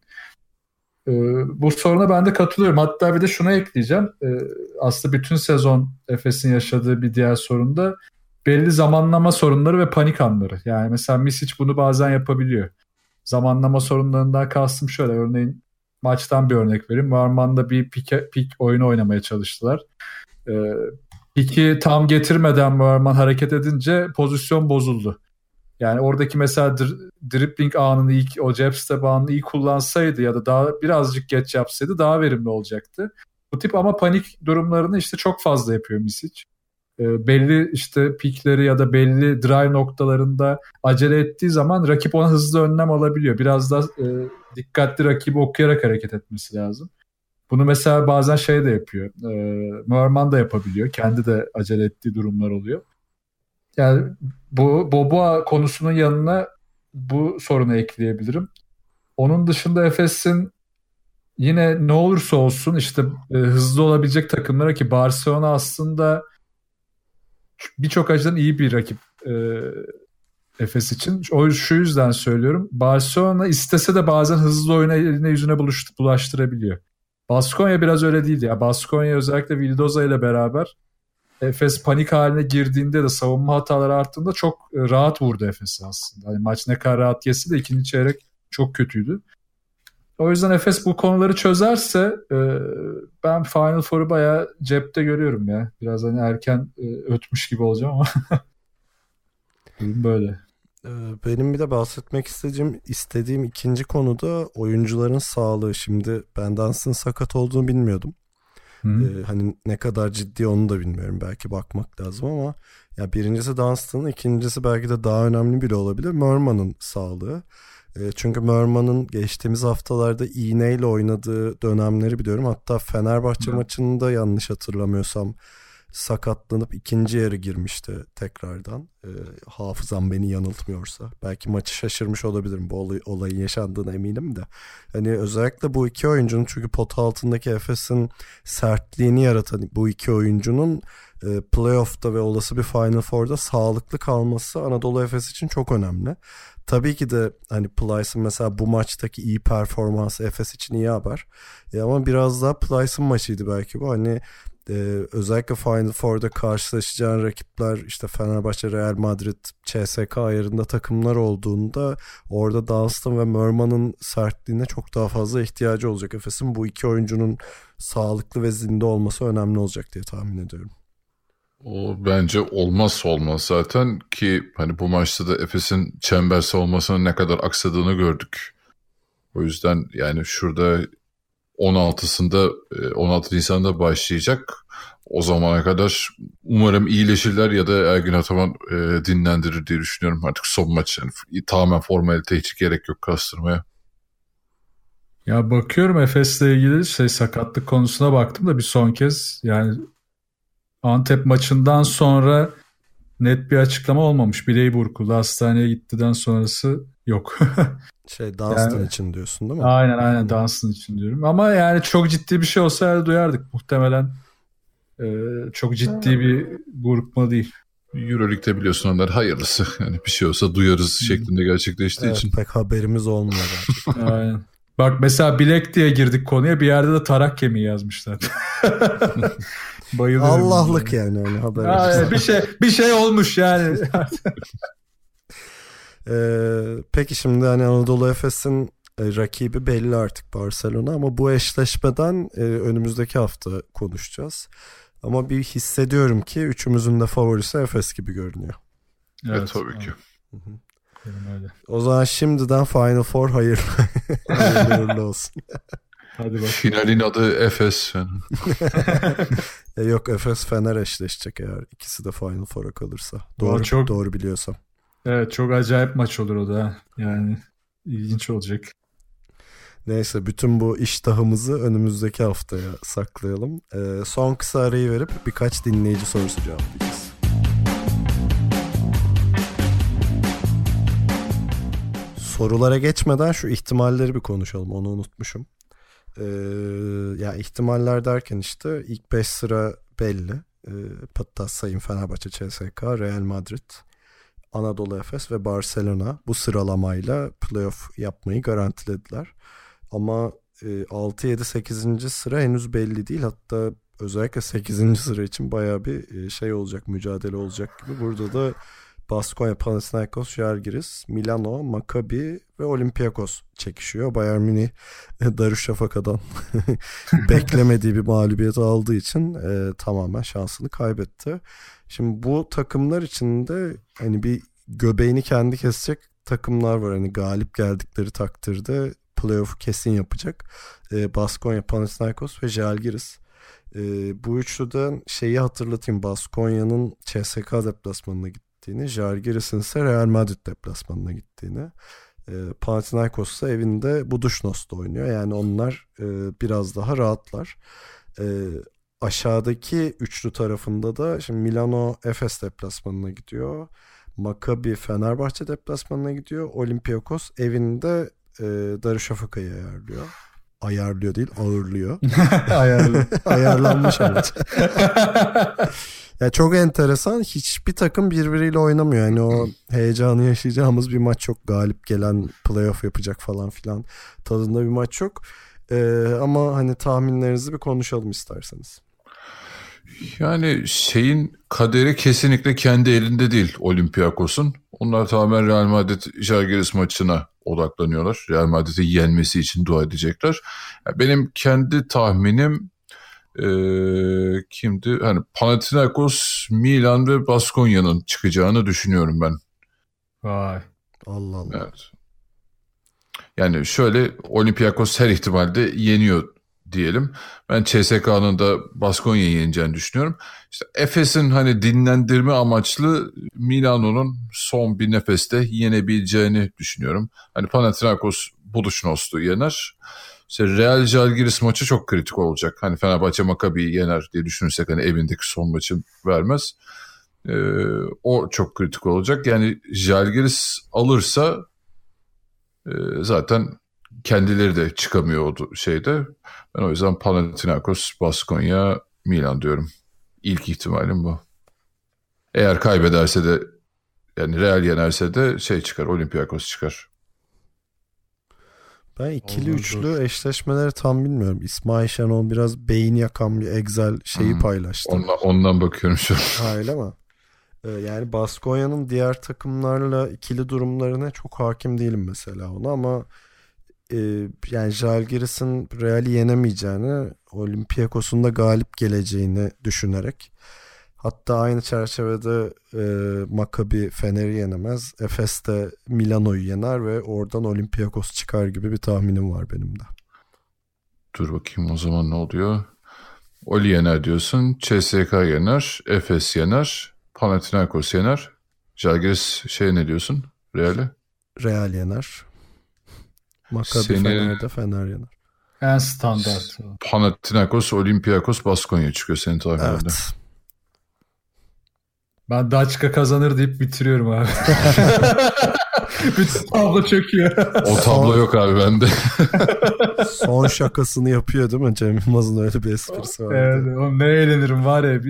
Bu soruna ben de katılıyorum. Hatta bir de şuna ekleyeceğim. Aslında bütün sezon Efes'in yaşadığı bir diğer sorun da belli zamanlama sorunları ve panik anları. Yani mesela Misic bunu bazen yapabiliyor. Zamanlama sorunlarından kastım şöyle. Örneğin maçtan bir örnek vereyim. Varman'da bir pik oyunu oynamaya çalıştılar. Piki tam getirmeden Varman hareket edince pozisyon bozuldu. Yani oradaki mesela dribbling anını o jab step anını iyi kullansaydı ya da daha birazcık geç yapsaydı daha verimli olacaktı. Bu tip ama panik durumlarını işte çok fazla yapıyor Misic. Belli işte pikleri ya da belli dry noktalarında acele ettiği zaman rakip ona hızlı önlem alabiliyor. Biraz da dikkatli rakibi okuyarak hareket etmesi lazım. Bunu mesela bazen şey de yapıyor. Merman da yapabiliyor. Kendi de acele ettiği durumlar oluyor. Yani bu Boboa konusunun yanına bu sorunu ekleyebilirim. Onun dışında Efes'in yine ne olursa olsun işte hızlı olabilecek takımlara ki Barcelona aslında birçok açıdan iyi bir rakip Efes için. Şu yüzden söylüyorum. Barcelona istese de bazen hızlı oyuna eline yüzüne bulaştırabiliyor. Baskonya biraz öyle değildi. Ya Baskonya özellikle Vildoza ile beraber Efes panik haline girdiğinde de savunma hataları arttığında çok rahat vurdu Efes'i aslında. Hani maç ne kadar rahat geçse de ikinci çeyrek çok kötüydü. O yüzden Efes bu konuları çözerse ben Final Four'u bayağı cepte görüyorum ya. Biraz hani erken ötmüş gibi olacağım ama böyle. Benim bir de bahsetmek istediğim ikinci konu da oyuncuların sağlığı. Şimdi ben Dunstan'ın sakat olduğunu bilmiyordum. Hani ne kadar ciddi onu da bilmiyorum. Belki bakmak lazım ama ya birincisi Dunstan'ın, ikincisi belki de daha önemli bile olabilir Merman'ın sağlığı. Çünkü Merman'ın geçtiğimiz haftalarda iğneyle oynadığı dönemleri biliyorum. Hatta Fenerbahçe maçında yanlış hatırlamıyorsam sakatlanıp ikinci yarı girmişti tekrardan. Hafızam beni yanıltmıyorsa. Belki maçı şaşırmış olabilirim. Bu olayın yaşandığına eminim de. Hani özellikle bu iki oyuncunun, çünkü pot altındaki Efes'in sertliğini yaratan bu iki oyuncunun playoff'ta ve olası bir Final Four'da sağlıklı kalması Anadolu Efes için çok önemli. Tabii ki de hani Plyce'ın mesela bu maçtaki iyi performansı Efes için iyi haber. Ama biraz daha Plyce'ın maçıydı belki bu. Hani özellikle Final Four'da karşılaşacağın rakipler işte Fenerbahçe, Real Madrid, CSK ayarında takımlar olduğunda orada Dunstan ve Merman'ın sertliğine çok daha fazla ihtiyacı olacak Efes'in. Bu iki oyuncunun sağlıklı ve zinde olması önemli olacak diye tahmin ediyorum. O bence olmazsa olmaz zaten ki hani bu maçta da Efes'in çember savunmasının ne kadar aksadığını gördük. O yüzden yani şurada 16 Nisan'da başlayacak. O zamana kadar umarım iyileşirler ya da Ergin Ataman dinlendirir diye düşünüyorum. Artık son maç yani tamamen formalite, hiç gerek yok kastırmaya. Ya bakıyorum Efes'le ilgili sakatlık konusuna baktım da bir son kez yani Antep maçından sonra net bir açıklama olmamış. Bileği burkuldu. Hastaneye gittiden sonrası yok. Dunstan Yani- için diyorsun değil mi? Aynen Dunstan için diyorum. Ama yani çok ciddi bir şey olsa duyardık muhtemelen. Çok ciddi bir burkma değil. Euroleague'de biliyorsun onlar hayırlısı. Yani bir şey olsa duyarız şeklinde gerçekleştiği Evet, için. pek haberimiz olmuyor gerçekten. Aynen. Bak mesela bilek diye girdik konuya. Bir yerde de tarak kemiği yazmışlar. Bayılıyorum. Allah'lık yani öyle haber. Ya, bir şey olmuş yani. Peki şimdi hani Anadolu Efes'in rakibi belli artık, Barcelona, ama bu eşleşmeden önümüzdeki hafta konuşacağız. Ama bir hissediyorum ki üçümüzün de favorisi Efes gibi görünüyor. Evet tabii ki. Öyle. O zaman şimdiden Final Four hayırlı uğurlu olsun. Hadi bakalım. Finalin adı Efes. Yok, Efes Fener eşleşecek eğer ikisi de Final Four'a kalırsa. Doğru biliyorsam. Evet, çok acayip maç olur o da. Yani ilginç olacak. Neyse, bütün bu iştahımızı önümüzdeki haftaya saklayalım. Son kısa arayı verip birkaç dinleyici sorusu cevaplayacağız. Sorulara geçmeden şu ihtimalleri bir konuşalım. Onu unutmuşum. Yani ihtimaller derken işte ilk 5 sıra belli. Hatta sayın Fenerbahçe, CSKA, Real Madrid, Anadolu Efes ve Barcelona bu sıralamayla playoff yapmayı garantilediler. Ama 6, 7, 8. sıra henüz belli değil. Hatta özellikle 8. sıra için bayağı bir şey olacak, mücadele olacak gibi. Burada da Baskonya, Panathinaikos, Žalgiris, Milano, Maccabi ve Olympiakos çekişiyor. Bayern Münih Darüşşafaka'dan beklemediği bir mağlubiyeti aldığı için tamamen şansını kaybetti. Şimdi bu takımlar içinde hani bir göbeğini kendi kesecek takımlar var. Hani galip geldikleri takdirde playoff'u kesin yapacak. Baskonya, Panathinaikos ve Žalgiris. Bu üçlüden şeyi hatırlatayım. Baskonya'nın CSKA deplasmanına gittiğini, Žalgiris'in ise Real Madrid deplasmanına gittiğini. Panathinaikos ise evinde Budućnos'ta oynuyor. Yani onlar biraz daha rahatlar. Aşağıdaki üçlü tarafında da şimdi Milano Efes deplasmanına gidiyor. Maccabi Fenerbahçe deplasmanına gidiyor. Olympiakos evinde Darüşşafaka'yı ayarlıyor. Ayarlıyor değil, ağırlıyor. Ayarlanmış evet. Ya çok enteresan. Hiçbir takım birbiriyle oynamıyor. Yani o heyecanı yaşayacağımız bir maç yok. Galip gelen playoff yapacak falan filan tadında bir maç yok. Ama hani tahminlerinizi bir konuşalım isterseniz. Yani şeyin kaderi kesinlikle kendi elinde değil Olympiakos'un. Onlar tamamen Real Madrid-Žalgiris maçına odaklanıyorlar. Real Madrid'i yenmesi için dua edecekler. Yani benim kendi tahminim kimdi? Hani Panathinaikos, Milan ve Baskonya'nın çıkacağını düşünüyorum ben. Vay. Allah Allah. Evet. Yani şöyle, Olympiakos her ihtimalde yeniyor diyelim. Ben CSKA'nın da Baskonya'yı yeneceğini düşünüyorum. İşte Efes'in hani dinlendirme amaçlı Milano'nun son bir nefeste yenebileceğini düşünüyorum. Hani Panathinaikos Budućnos'u yener. İşte Real Žalgiris maçı çok kritik olacak. Hani Fenerbahçe Maccabi'yi yener diye düşünürsek hani evindeki son maçı vermez. O çok kritik olacak. Yani Žalgiris alırsa zaten kendileri de çıkamıyor o şeyde. Ben o yüzden Panathinaikos, Baskonya, Milan diyorum. İlk ihtimalim bu. Eğer kaybederse de, yani Real yenerse de şey çıkar, Olympiakos çıkar. Ben ikili üçlü eşleşmeleri tam bilmiyorum. İsmail Şenol biraz beyin yakan bir Excel şeyi paylaştı. Ondan bakıyorum şu an. Öyle mi? Yani Baskonya'nın diğer takımlarla ikili durumlarına çok hakim değilim mesela ona, ama yani Žalgiris'in Real'i yenemeyeceğini, Olympiakos'un da galip geleceğini düşünerek, hatta aynı çerçevede Maccabi Fener'i yenemez, Efes de Milano'yu yener ve oradan Olympiakos çıkar gibi bir tahminim var benim de. Dur bakayım o zaman ne oluyor? Oli yener diyorsun, CSKA yener, Efes yener, Panathinaikos yener. Žalgiris ne diyorsun? Real'e? Real yener. Maccabi Fener'de Fener yener. En standart. Panathinaikos, Olympiakos, Baskonya çıkıyor senin tahmininde. Evet. Ben Daçka kazanır deyip bitiriyorum abi. Bütün tablo çöküyor. O tablo yok abi bende. Son şakasını yapıyor değil mi? Cem Yılmaz'ın öyle bir esprisi var. Evet, o ne eğlenirim var ya.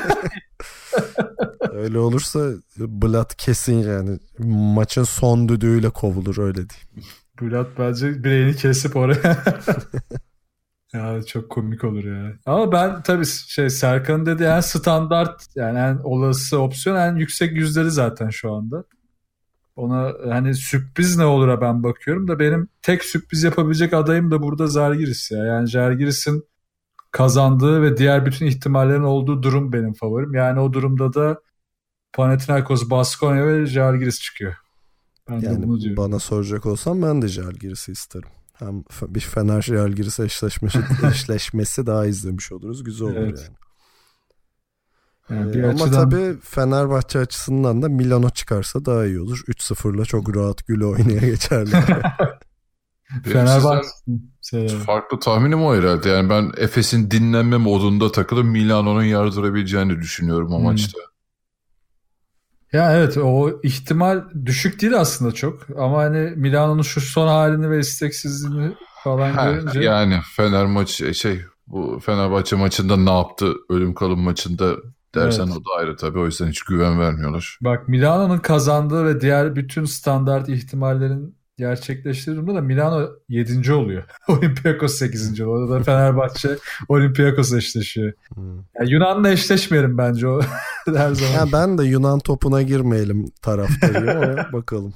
Öyle olursa Blood kesin yani. Maçın son düdüğüyle kovulur, öyle diyeyim. Bulat bence bileğini kesip oraya. Ya çok komik olur ya. Ama ben tabii Serkan'ın dediği en standart, yani en olası opsiyon, en yüksek yüzleri zaten şu anda. Ona hani sürpriz ne olur'a ben bakıyorum da benim tek sürpriz yapabilecek adayım da burada Žalgiris ya. Yani Žalgiris'in kazandığı ve diğer bütün ihtimallerin olduğu durum benim favorim. Yani o durumda da Panathinaikos, Baskonya ve Žalgiris çıkıyor. Ben de bunu diyorum. Bana soracak olsam ben de Žalgiris'i isterim. Hem bir Fener Žalgiris eşleşmesi daha izlemiş oluruz. Güzel olur evet. Yani. Ama açıdan... tabii Fenerbahçe açısından da Milano çıkarsa daha iyi olur. 3-0'la çok rahat güle oynaya geçerler. Fenerbahçe farklı tahminim o herhalde. Yani ben Efes'in dinlenme modunda takılıp Milano'nun yardırabileceğini düşünüyorum o maçta. Ya evet, o ihtimal düşük değil aslında çok. Ama hani Milano'nun şu son halini ve isteksizliğini falan görünce. Yani Fener maçı bu Fenerbahçe maçında ne yaptı? Ölüm kalım maçında dersen evet. O da ayrı tabii. O yüzden hiç güven vermiyorlar. Bak, Milano'nun kazandığı ve diğer bütün standart ihtimallerin gerçekleştiği durumda da Milano 7. oluyor. Olympiakos 8. oluyor. Orada da Fenerbahçe Olympiakos eşleşiyor. Yani Yunan'la eşleşmeyelim bence o her zaman. Ya ben de Yunan topuna girmeyelim taraftarıyım ama bakalım.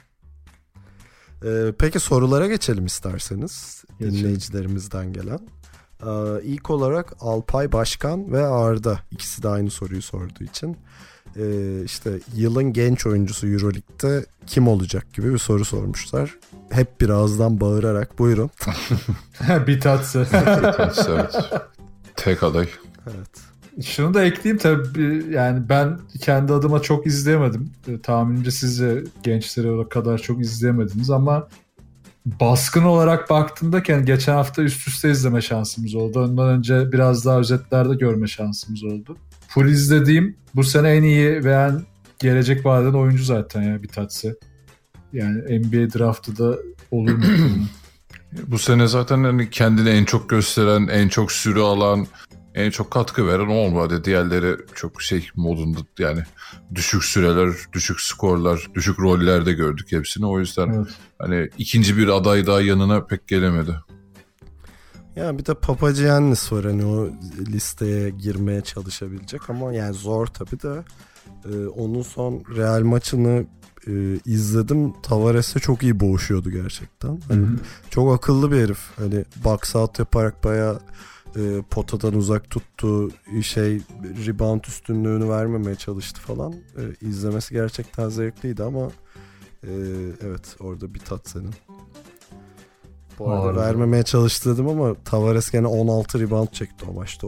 Peki sorulara geçelim isterseniz. Dinleyicilerimizden gelen. İlk olarak Alpay Başkan ve Arda, ikisi de aynı soruyu sorduğu için işte yılın genç oyuncusu Euroleague'de kim olacak gibi bir soru sormuşlar. Hep bir ağızdan bağırarak buyurun. Bitatsı. Evet. Tek aday. Evet. Şunu da ekleyeyim tabii, yani ben kendi adıma çok izleyemedim. Tahminimce siz de gençleri o kadar çok izleyemediniz ama baskın olarak baktığımda geçen hafta üst üste izleme şansımız oldu. Ondan önce biraz daha özetlerde görme şansımız oldu. Full izlediğim, bu sene en iyi ve en gelecek vaat eden oyuncu zaten ya Bitatse. Yani NBA draftı da olur mu? Bu sene zaten hani kendini en çok gösteren, en çok süre alan, en çok katkı veren olmadı. Diğerleri çok modunda, yani düşük süreler, düşük skorlar, düşük rollerde gördük hepsini. O yüzden evet. Hani ikinci bir aday daha yanına pek gelemedi. Ya bir de Papagiannis var hani o listeye girmeye çalışabilecek ama yani zor tabii de. Onun son Real maçını izledim. Tavares'le çok iyi boğuşuyordu gerçekten. Hani çok akıllı bir herif. Hani box out yaparak bayağı potadan uzak tuttu, rebound üstünlüğünü vermemeye çalıştı falan. İzlemesi gerçekten zevkliydi ama evet, orada bir tat senin. Bu arada vermemeye çalıştırdım ama Tavares gene 16 rebound çekti o maçta.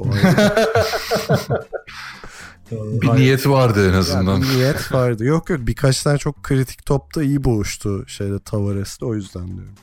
Bir niyet vardı en azından. Yani bir niyet vardı. Yok birkaç tane çok kritik topta iyi boğuştu Tavares'le, o yüzden diyorum.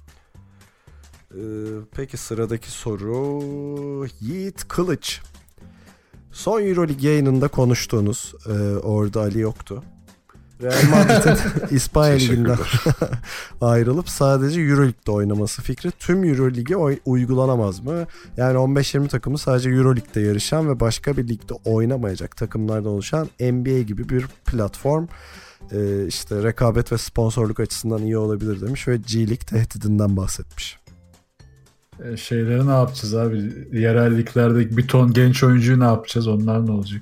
Peki sıradaki soru Yiğit Kılıç. Son Euroleague yayınında konuştuğunuz, orada Ali yoktu. Real Madrid'in İspanya Ligi'nden ayrılıp sadece Euroleague'de oynaması fikri tüm Euroleague'e uygulanamaz mı? Yani 15-20 takımı sadece Euroleague'de yarışan ve başka bir ligde oynamayacak takımlardan oluşan NBA gibi bir platform işte rekabet ve sponsorluk açısından iyi olabilir demiş ve G-League tehdidinden bahsetmiş. Şeyleri ne yapacağız abi? Yerel liglerdeki bir ton genç oyuncuyu ne yapacağız? Onlar ne olacak?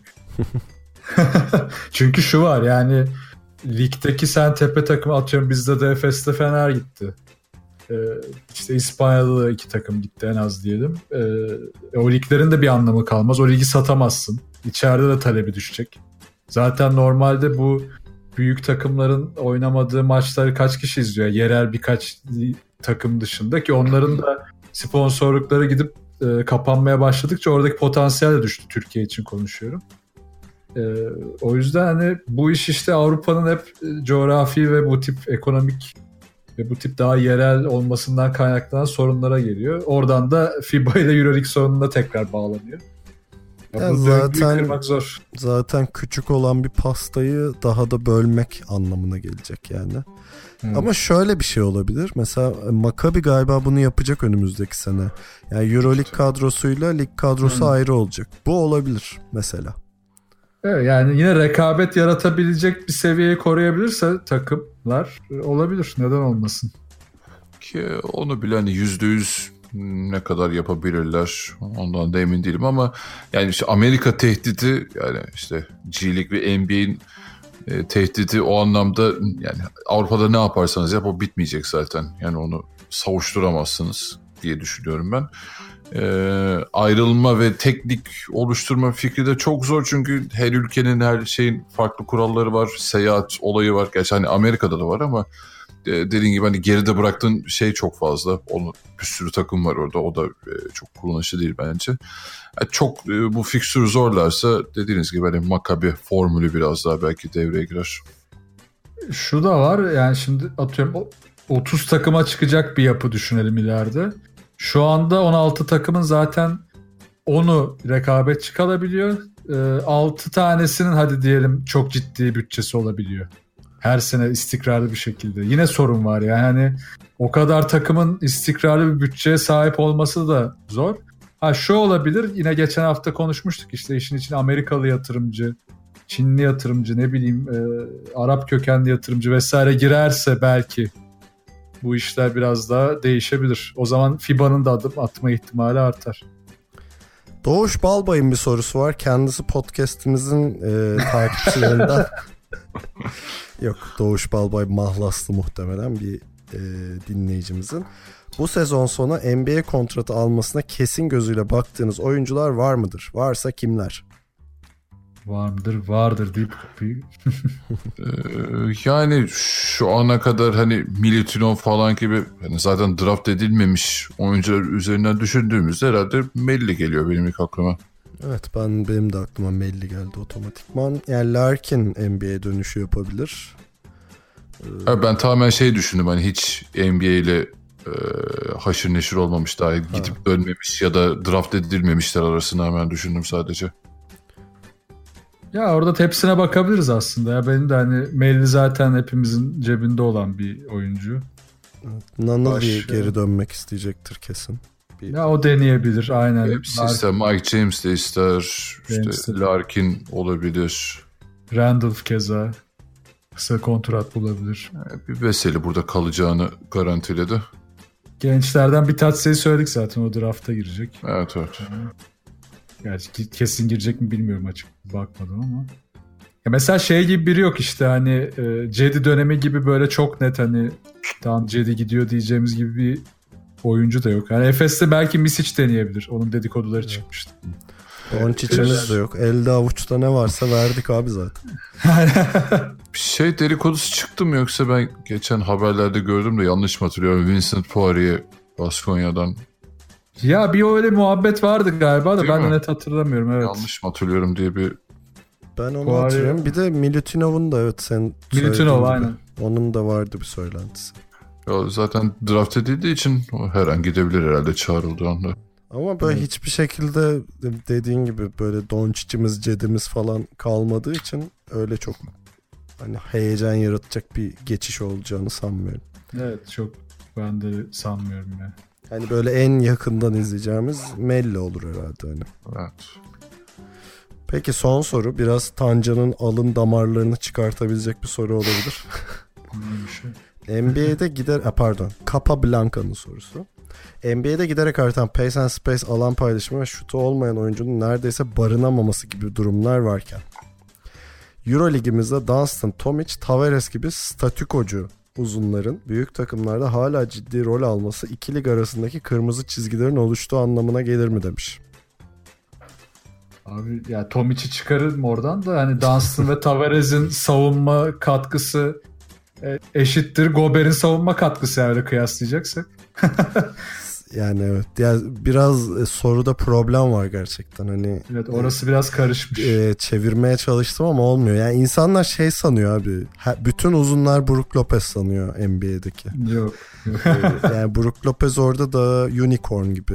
Çünkü şu var yani, ligdeki sen tepe takımı, atıyorum bizde de Efes'te Fener gitti. İşte İspanya'da da 2 takım gitti en az diyelim. O liglerin de bir anlamı kalmaz. O ligi satamazsın. İçeride de talebi düşecek. Zaten normalde bu büyük takımların oynamadığı maçları kaç kişi izliyor? Yerel birkaç takım dışında, ki onların da sponsorlukları gidip kapanmaya başladıkça oradaki potansiyel de düştü, Türkiye için konuşuyorum. O yüzden hani bu iş işte Avrupa'nın hep coğrafi ve bu tip ekonomik ve bu tip daha yerel olmasından kaynaklanan sorunlara geliyor. Oradan da FIBA ile Euroleague sorununa tekrar bağlanıyor. Ya bu döngüyü kırmak zor. Zaten küçük olan bir pastayı daha da bölmek anlamına gelecek yani. Ama şöyle bir şey olabilir. Mesela Maccabi galiba bunu yapacak önümüzdeki sene. Yani Euroleague kadrosuyla lig kadrosu ayrı olacak. Bu olabilir mesela. Evet, yani yine rekabet yaratabilecek bir seviyeyi koruyabilirse takımlar olabilir. Neden olmasın? Ki onu bile hani %100 ne kadar yapabilirler ondan da emin değilim ama yani işte Amerika tehdidi, yani işte G League ve NBA'in tehdidi o anlamda, yani Avrupa'da ne yaparsanız yap o bitmeyecek zaten. Yani onu savuşturamazsınız diye düşünüyorum ben. Ayrılma ve teknik oluşturma fikri de çok zor çünkü her ülkenin, her şeyin farklı kuralları var. Seyahat olayı var. Gerçi hani Amerika'da da var ama dediğin gibi hani geride bıraktığın şey çok fazla. Onun bir sürü takım var orada. O da çok kullanışlı değil bence. Yani çok bu fikstürü zorlarsa dediğiniz gibi hani Maccabi formülü biraz daha belki devreye girer. Şu da var, yani şimdi atıyorum 30 takıma çıkacak bir yapı düşünelim ileride. Şu anda 16 takımın zaten 10'u rekabetçi kalabiliyor. 6 tanesinin hadi diyelim çok ciddi bütçesi olabiliyor. Her sene istikrarlı bir şekilde. Yine sorun var yani. Hani o kadar takımın istikrarlı bir bütçeye sahip olması da zor. Şu olabilir. Yine geçen hafta konuşmuştuk işte, işin içine Amerikalı yatırımcı, Çinli yatırımcı, ne bileyim Arap kökenli yatırımcı vesaire girerse belki bu işler biraz daha değişebilir. O zaman FIBA'nın da adım atma ihtimali artar. Doğuş Balbay'ın bir sorusu var. Kendisi podcast'imizin takipçilerinden. Yok, Doğuş Balbay mahlaslı muhtemelen bir dinleyicimizin. Bu sezon sonu NBA kontratı almasına kesin gözüyle baktığınız oyuncular var mıdır? Varsa kimler? Vardır deyip kapıyı. Yani şu ana kadar hani Milutinov falan gibi hani zaten draft edilmemiş oyuncular üzerinden düşündüğümüzde herhalde Melli geliyor benim ilk aklıma. Evet, benim de aklıma Melli geldi otomatikman. Yani Larkin NBA'ye dönüşü yapabilir. Ben tamamen düşündüm, hani hiç NBA ile haşır neşir olmamış, daha gidip dönmemiş ya da draft edilmemişler arasında hemen düşündüm sadece. Ya orada hepsine bakabiliriz aslında. Ya benim de hani Melli zaten hepimizin cebinde olan bir oyuncu. Nunnally geri dönmek isteyecektir kesin. Ya o deneyebilir aynen. Hepsi ister. Mike James de ister. İşte Larkin olabilir. Randolph keza. Kısa kontrat bulabilir. Bir Veseli burada kalacağını garantiledi. Gençlerden bir Tatse'yi söyledik zaten, o drafta girecek. Evet. Gerçi kesin girecek mi bilmiyorum, açık bakmadım ama. Ya mesela şey gibi biri yok işte, hani Cedi dönemi gibi böyle çok net hani tamam Cedi gidiyor diyeceğimiz gibi bir oyuncu da yok. Yani Efes'te belki Misic deneyebilir. Onun dedikoduları çıkmıştı. Doncic'imiz de yok. Elde avuçta ne varsa verdik abi zaten. Bir şey dedikodusu çıktı mı yoksa ben geçen haberlerde gördüm de yanlış mı hatırlıyorum? Vincent Poirier Baskonya'dan. Ya bir öyle muhabbet vardı galiba da ben de net hatırlamıyorum. Evet. Yanlış mı hatırlıyorum diye bir... Ben onu hatırlıyorum. Bir de Milutinov'un da sen Milutinov aynen. Onun da vardı bir söylentisi. Ya zaten draft edildiği için her an gidebilir herhalde çağrıldığı anda. Ama böyle hiçbir şekilde dediğin gibi böyle Doncic'imiz, Cedi'miz falan kalmadığı için öyle çok hani heyecan yaratacak bir geçiş olacağını sanmıyorum. Evet, çok ben de sanmıyorum yani. Hani böyle en yakından izleyeceğimiz Melli olur herhalde hani. Evet. Peki son soru, biraz Tancan'ın alın damarlarını çıkartabilecek bir soru olabilir. NBA'de Capablanca'nın sorusu. NBA'de giderek artan pace and space, alan paylaşımı ve şutu olmayan oyuncunun neredeyse barınamaması gibi durumlar varken Euroligimizde Dunstan, Tomic, Tavares gibi statükocu uzunların büyük takımlarda hala ciddi rol alması iki lig arasındaki kırmızı çizgilerin oluştuğu anlamına gelir mi demiş. Abi ya Tomic'i çıkarırım oradan da, hani Dunstan ve Tavares'in savunma katkısı eşittir Gobert'in savunma katkısı, öyle kıyaslayacaksak. Yani evet. Yani biraz soruda problem var gerçekten. Hani evet, orası biraz karışmış. Çevirmeye çalıştım ama olmuyor. Yani insanlar şey sanıyor abi. Bütün uzunlar Brook Lopez sanıyor NBA'deki. Yok. Yani Brook Lopez orada da unicorn gibi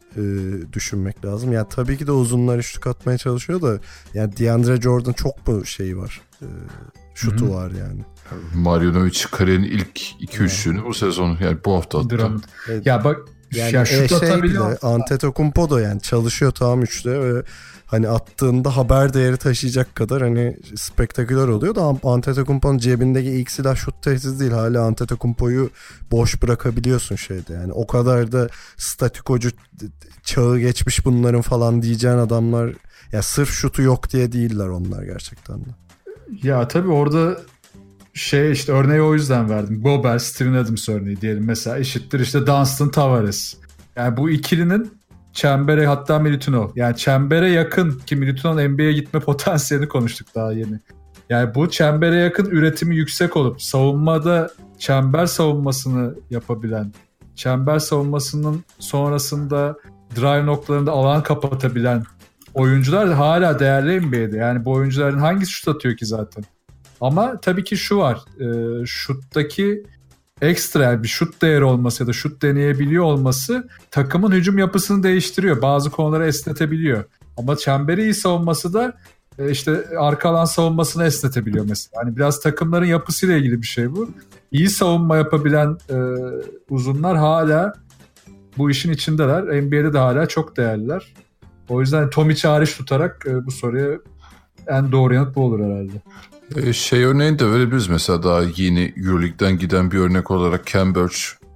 düşünmek lazım. Yani tabii ki de uzunlar üçlük atmaya çalışıyor da yani DeAndre Jordan çok mu şeyi var? Şutu var yani. Marjanovic kariyerin ilk 2-3 şutunu bu sezon yani bu hafta attı. Ya bak yani ya şut atabiliyor. Antetokounmpo da yani çalışıyor tam üçte ve hani attığında haber değeri taşıyacak kadar hani spektaküler oluyor da Antetokounmpo'nun cebindeki ilk silah şut tehdidi değil. Hala Antetokounmpo'yu boş bırakabiliyorsun şeyde. Yani o kadar da statikocu çağı geçmiş bunların falan diyeceğin adamlar ya sırf şutu yok diye değiller onlar gerçekten de. Ya tabii orada işte örneği o yüzden verdim. Gobert, Steven Adams örneği diyelim mesela eşittir işte Dunstan, Tavares. Yani bu ikilinin çembere hatta Milutino. Yani çembere yakın ki Milutino'nun NBA'ye gitme potansiyelini konuştuk daha yeni. Yani bu çembere yakın üretimi yüksek olup savunmada çember savunmasını yapabilen, çember savunmasının sonrasında drive noktalarında alan kapatabilen oyuncular hala değerli NBA'de. Yani bu oyuncuların hangisi şut atıyor ki zaten? Ama tabii ki şu var. Şuttaki ekstra bir şut değeri olması ya da şut deneyebiliyor olması takımın hücum yapısını değiştiriyor. Bazı konuları esnetebiliyor. Ama çemberi iyi savunması da işte arka alan savunmasını esnetebiliyor mesela. Hani biraz takımların yapısıyla ilgili bir şey bu. İyi savunma yapabilen uzunlar hala bu işin içindeler. NBA'de de hala çok değerliler. O yüzden Tomic'i hariç tutarak bu soruya en doğru yanıt bu olur herhalde. Örneğini de verebiliriz mesela daha yeni Euroleague'den giden bir örnek olarak Cam Birch.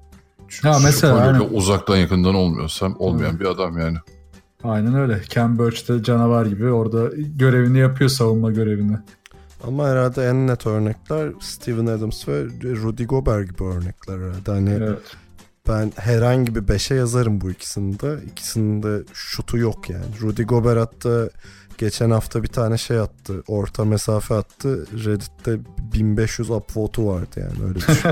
Mesela uzaktan yakından olmayan bir adam yani. Aynen öyle. Cam Birch de canavar gibi orada görevini yapıyor, savunma görevini. Ama herhalde en net örnekler Steven Adams ve Rudy Gobert gibi örnekler herhalde. Hani evet. Ben herhangi bir 5'e yazarım bu ikisinde. İkisinin de şutu yok yani. Rudy Gobert hatta geçen hafta bir tane şey attı. Orta mesafe attı. Reddit'te 1500 upvote'u vardı yani öyle düşün.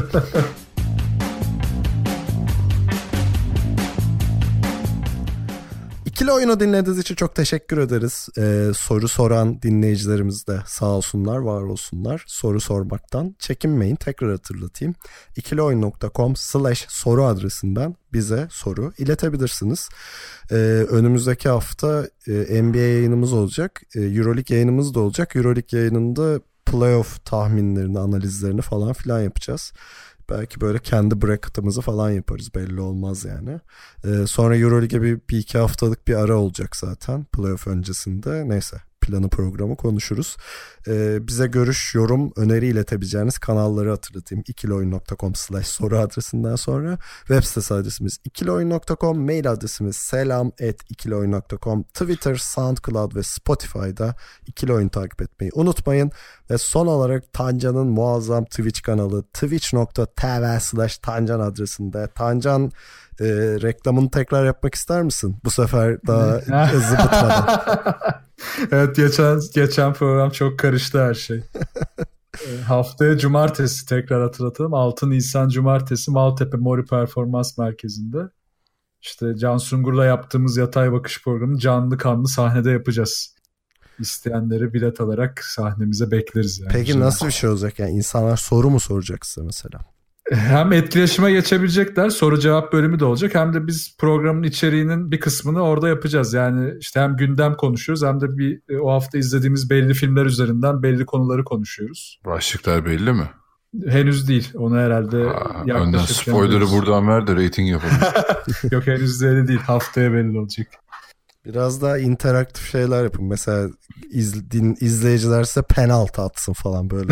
İkili Oyun'u dinlediğiniz için çok teşekkür ederiz. Soru soran dinleyicilerimiz de sağ olsunlar, var olsunlar. Soru sormaktan çekinmeyin. Tekrar hatırlatayım. ikilioyun.com/soru adresinden bize soru iletebilirsiniz. Önümüzdeki hafta NBA yayınımız olacak. Euroleague yayınımız da olacak. Euroleague yayınında playoff tahminlerini, analizlerini falan filan yapacağız. Belki böyle kendi bracket'ımızı falan yaparız. Belli olmaz yani. Sonra Euroleague'e bir iki haftalık bir ara olacak zaten. Playoff öncesinde. Neyse. Planı programı konuşuruz. Bize görüş, yorum, öneri iletebileceğiniz kanalları hatırlatayım. ikilioyun.com/soru adresinden sonra. Web sitesi adresimiz ikilioyun.com. Mail adresimiz selam@ikilioyun.com. Twitter, SoundCloud ve Spotify'da İkili Oyun takip etmeyi unutmayın. Ve son olarak Tancan'ın muazzam Twitch kanalı twitch.tv/Tancan adresinde. Tancan reklamını tekrar yapmak ister misin? Bu sefer daha zıbıtmadan. Evet, geçen program çok karıştı her şey. Haftaya cumartesi tekrar hatırlatalım. 6 Nisan cumartesi Maltepe Mori Performans Merkezi'nde. İşte Can Sungur'la yaptığımız yatay bakış programını canlı kanlı sahnede yapacağız. İsteyenleri bilet alarak sahnemize bekleriz. Yani. Peki nasıl bir şey olacak? Yani insanlar soru mu soracak size mesela? Hem etkileşime geçebilecekler, soru cevap bölümü de olacak, hem de biz programın içeriğinin bir kısmını orada yapacağız. Yani işte hem gündem konuşuyoruz hem de o hafta izlediğimiz belli filmler üzerinden belli konuları konuşuyoruz. Başlıklar belli mi? Henüz değil. Onu herhalde önden spoiler'ı buradan ver de rating yapalım. Yok, henüz de öyle değil. Haftaya belli olacak. Biraz daha interaktif şeyler yapın. Mesela izleyiciler size penaltı atsın falan böyle.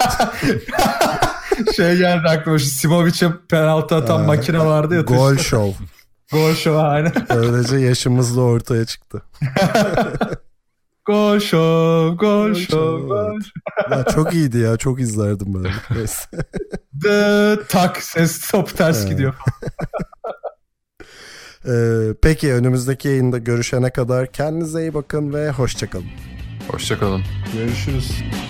Geldi aklıma, Simovic'e penaltı atan makine vardı ya. Gol show. Gol show, aynen. Öylece yaşımız da ortaya çıktı. Gol show. Ya çok iyiydi ya, çok izlerdim ben. Tak ses top ters gidiyor. Peki önümüzdeki yayında görüşene kadar kendinize iyi bakın ve hoşçakalın. Hoşçakalın. Görüşürüz.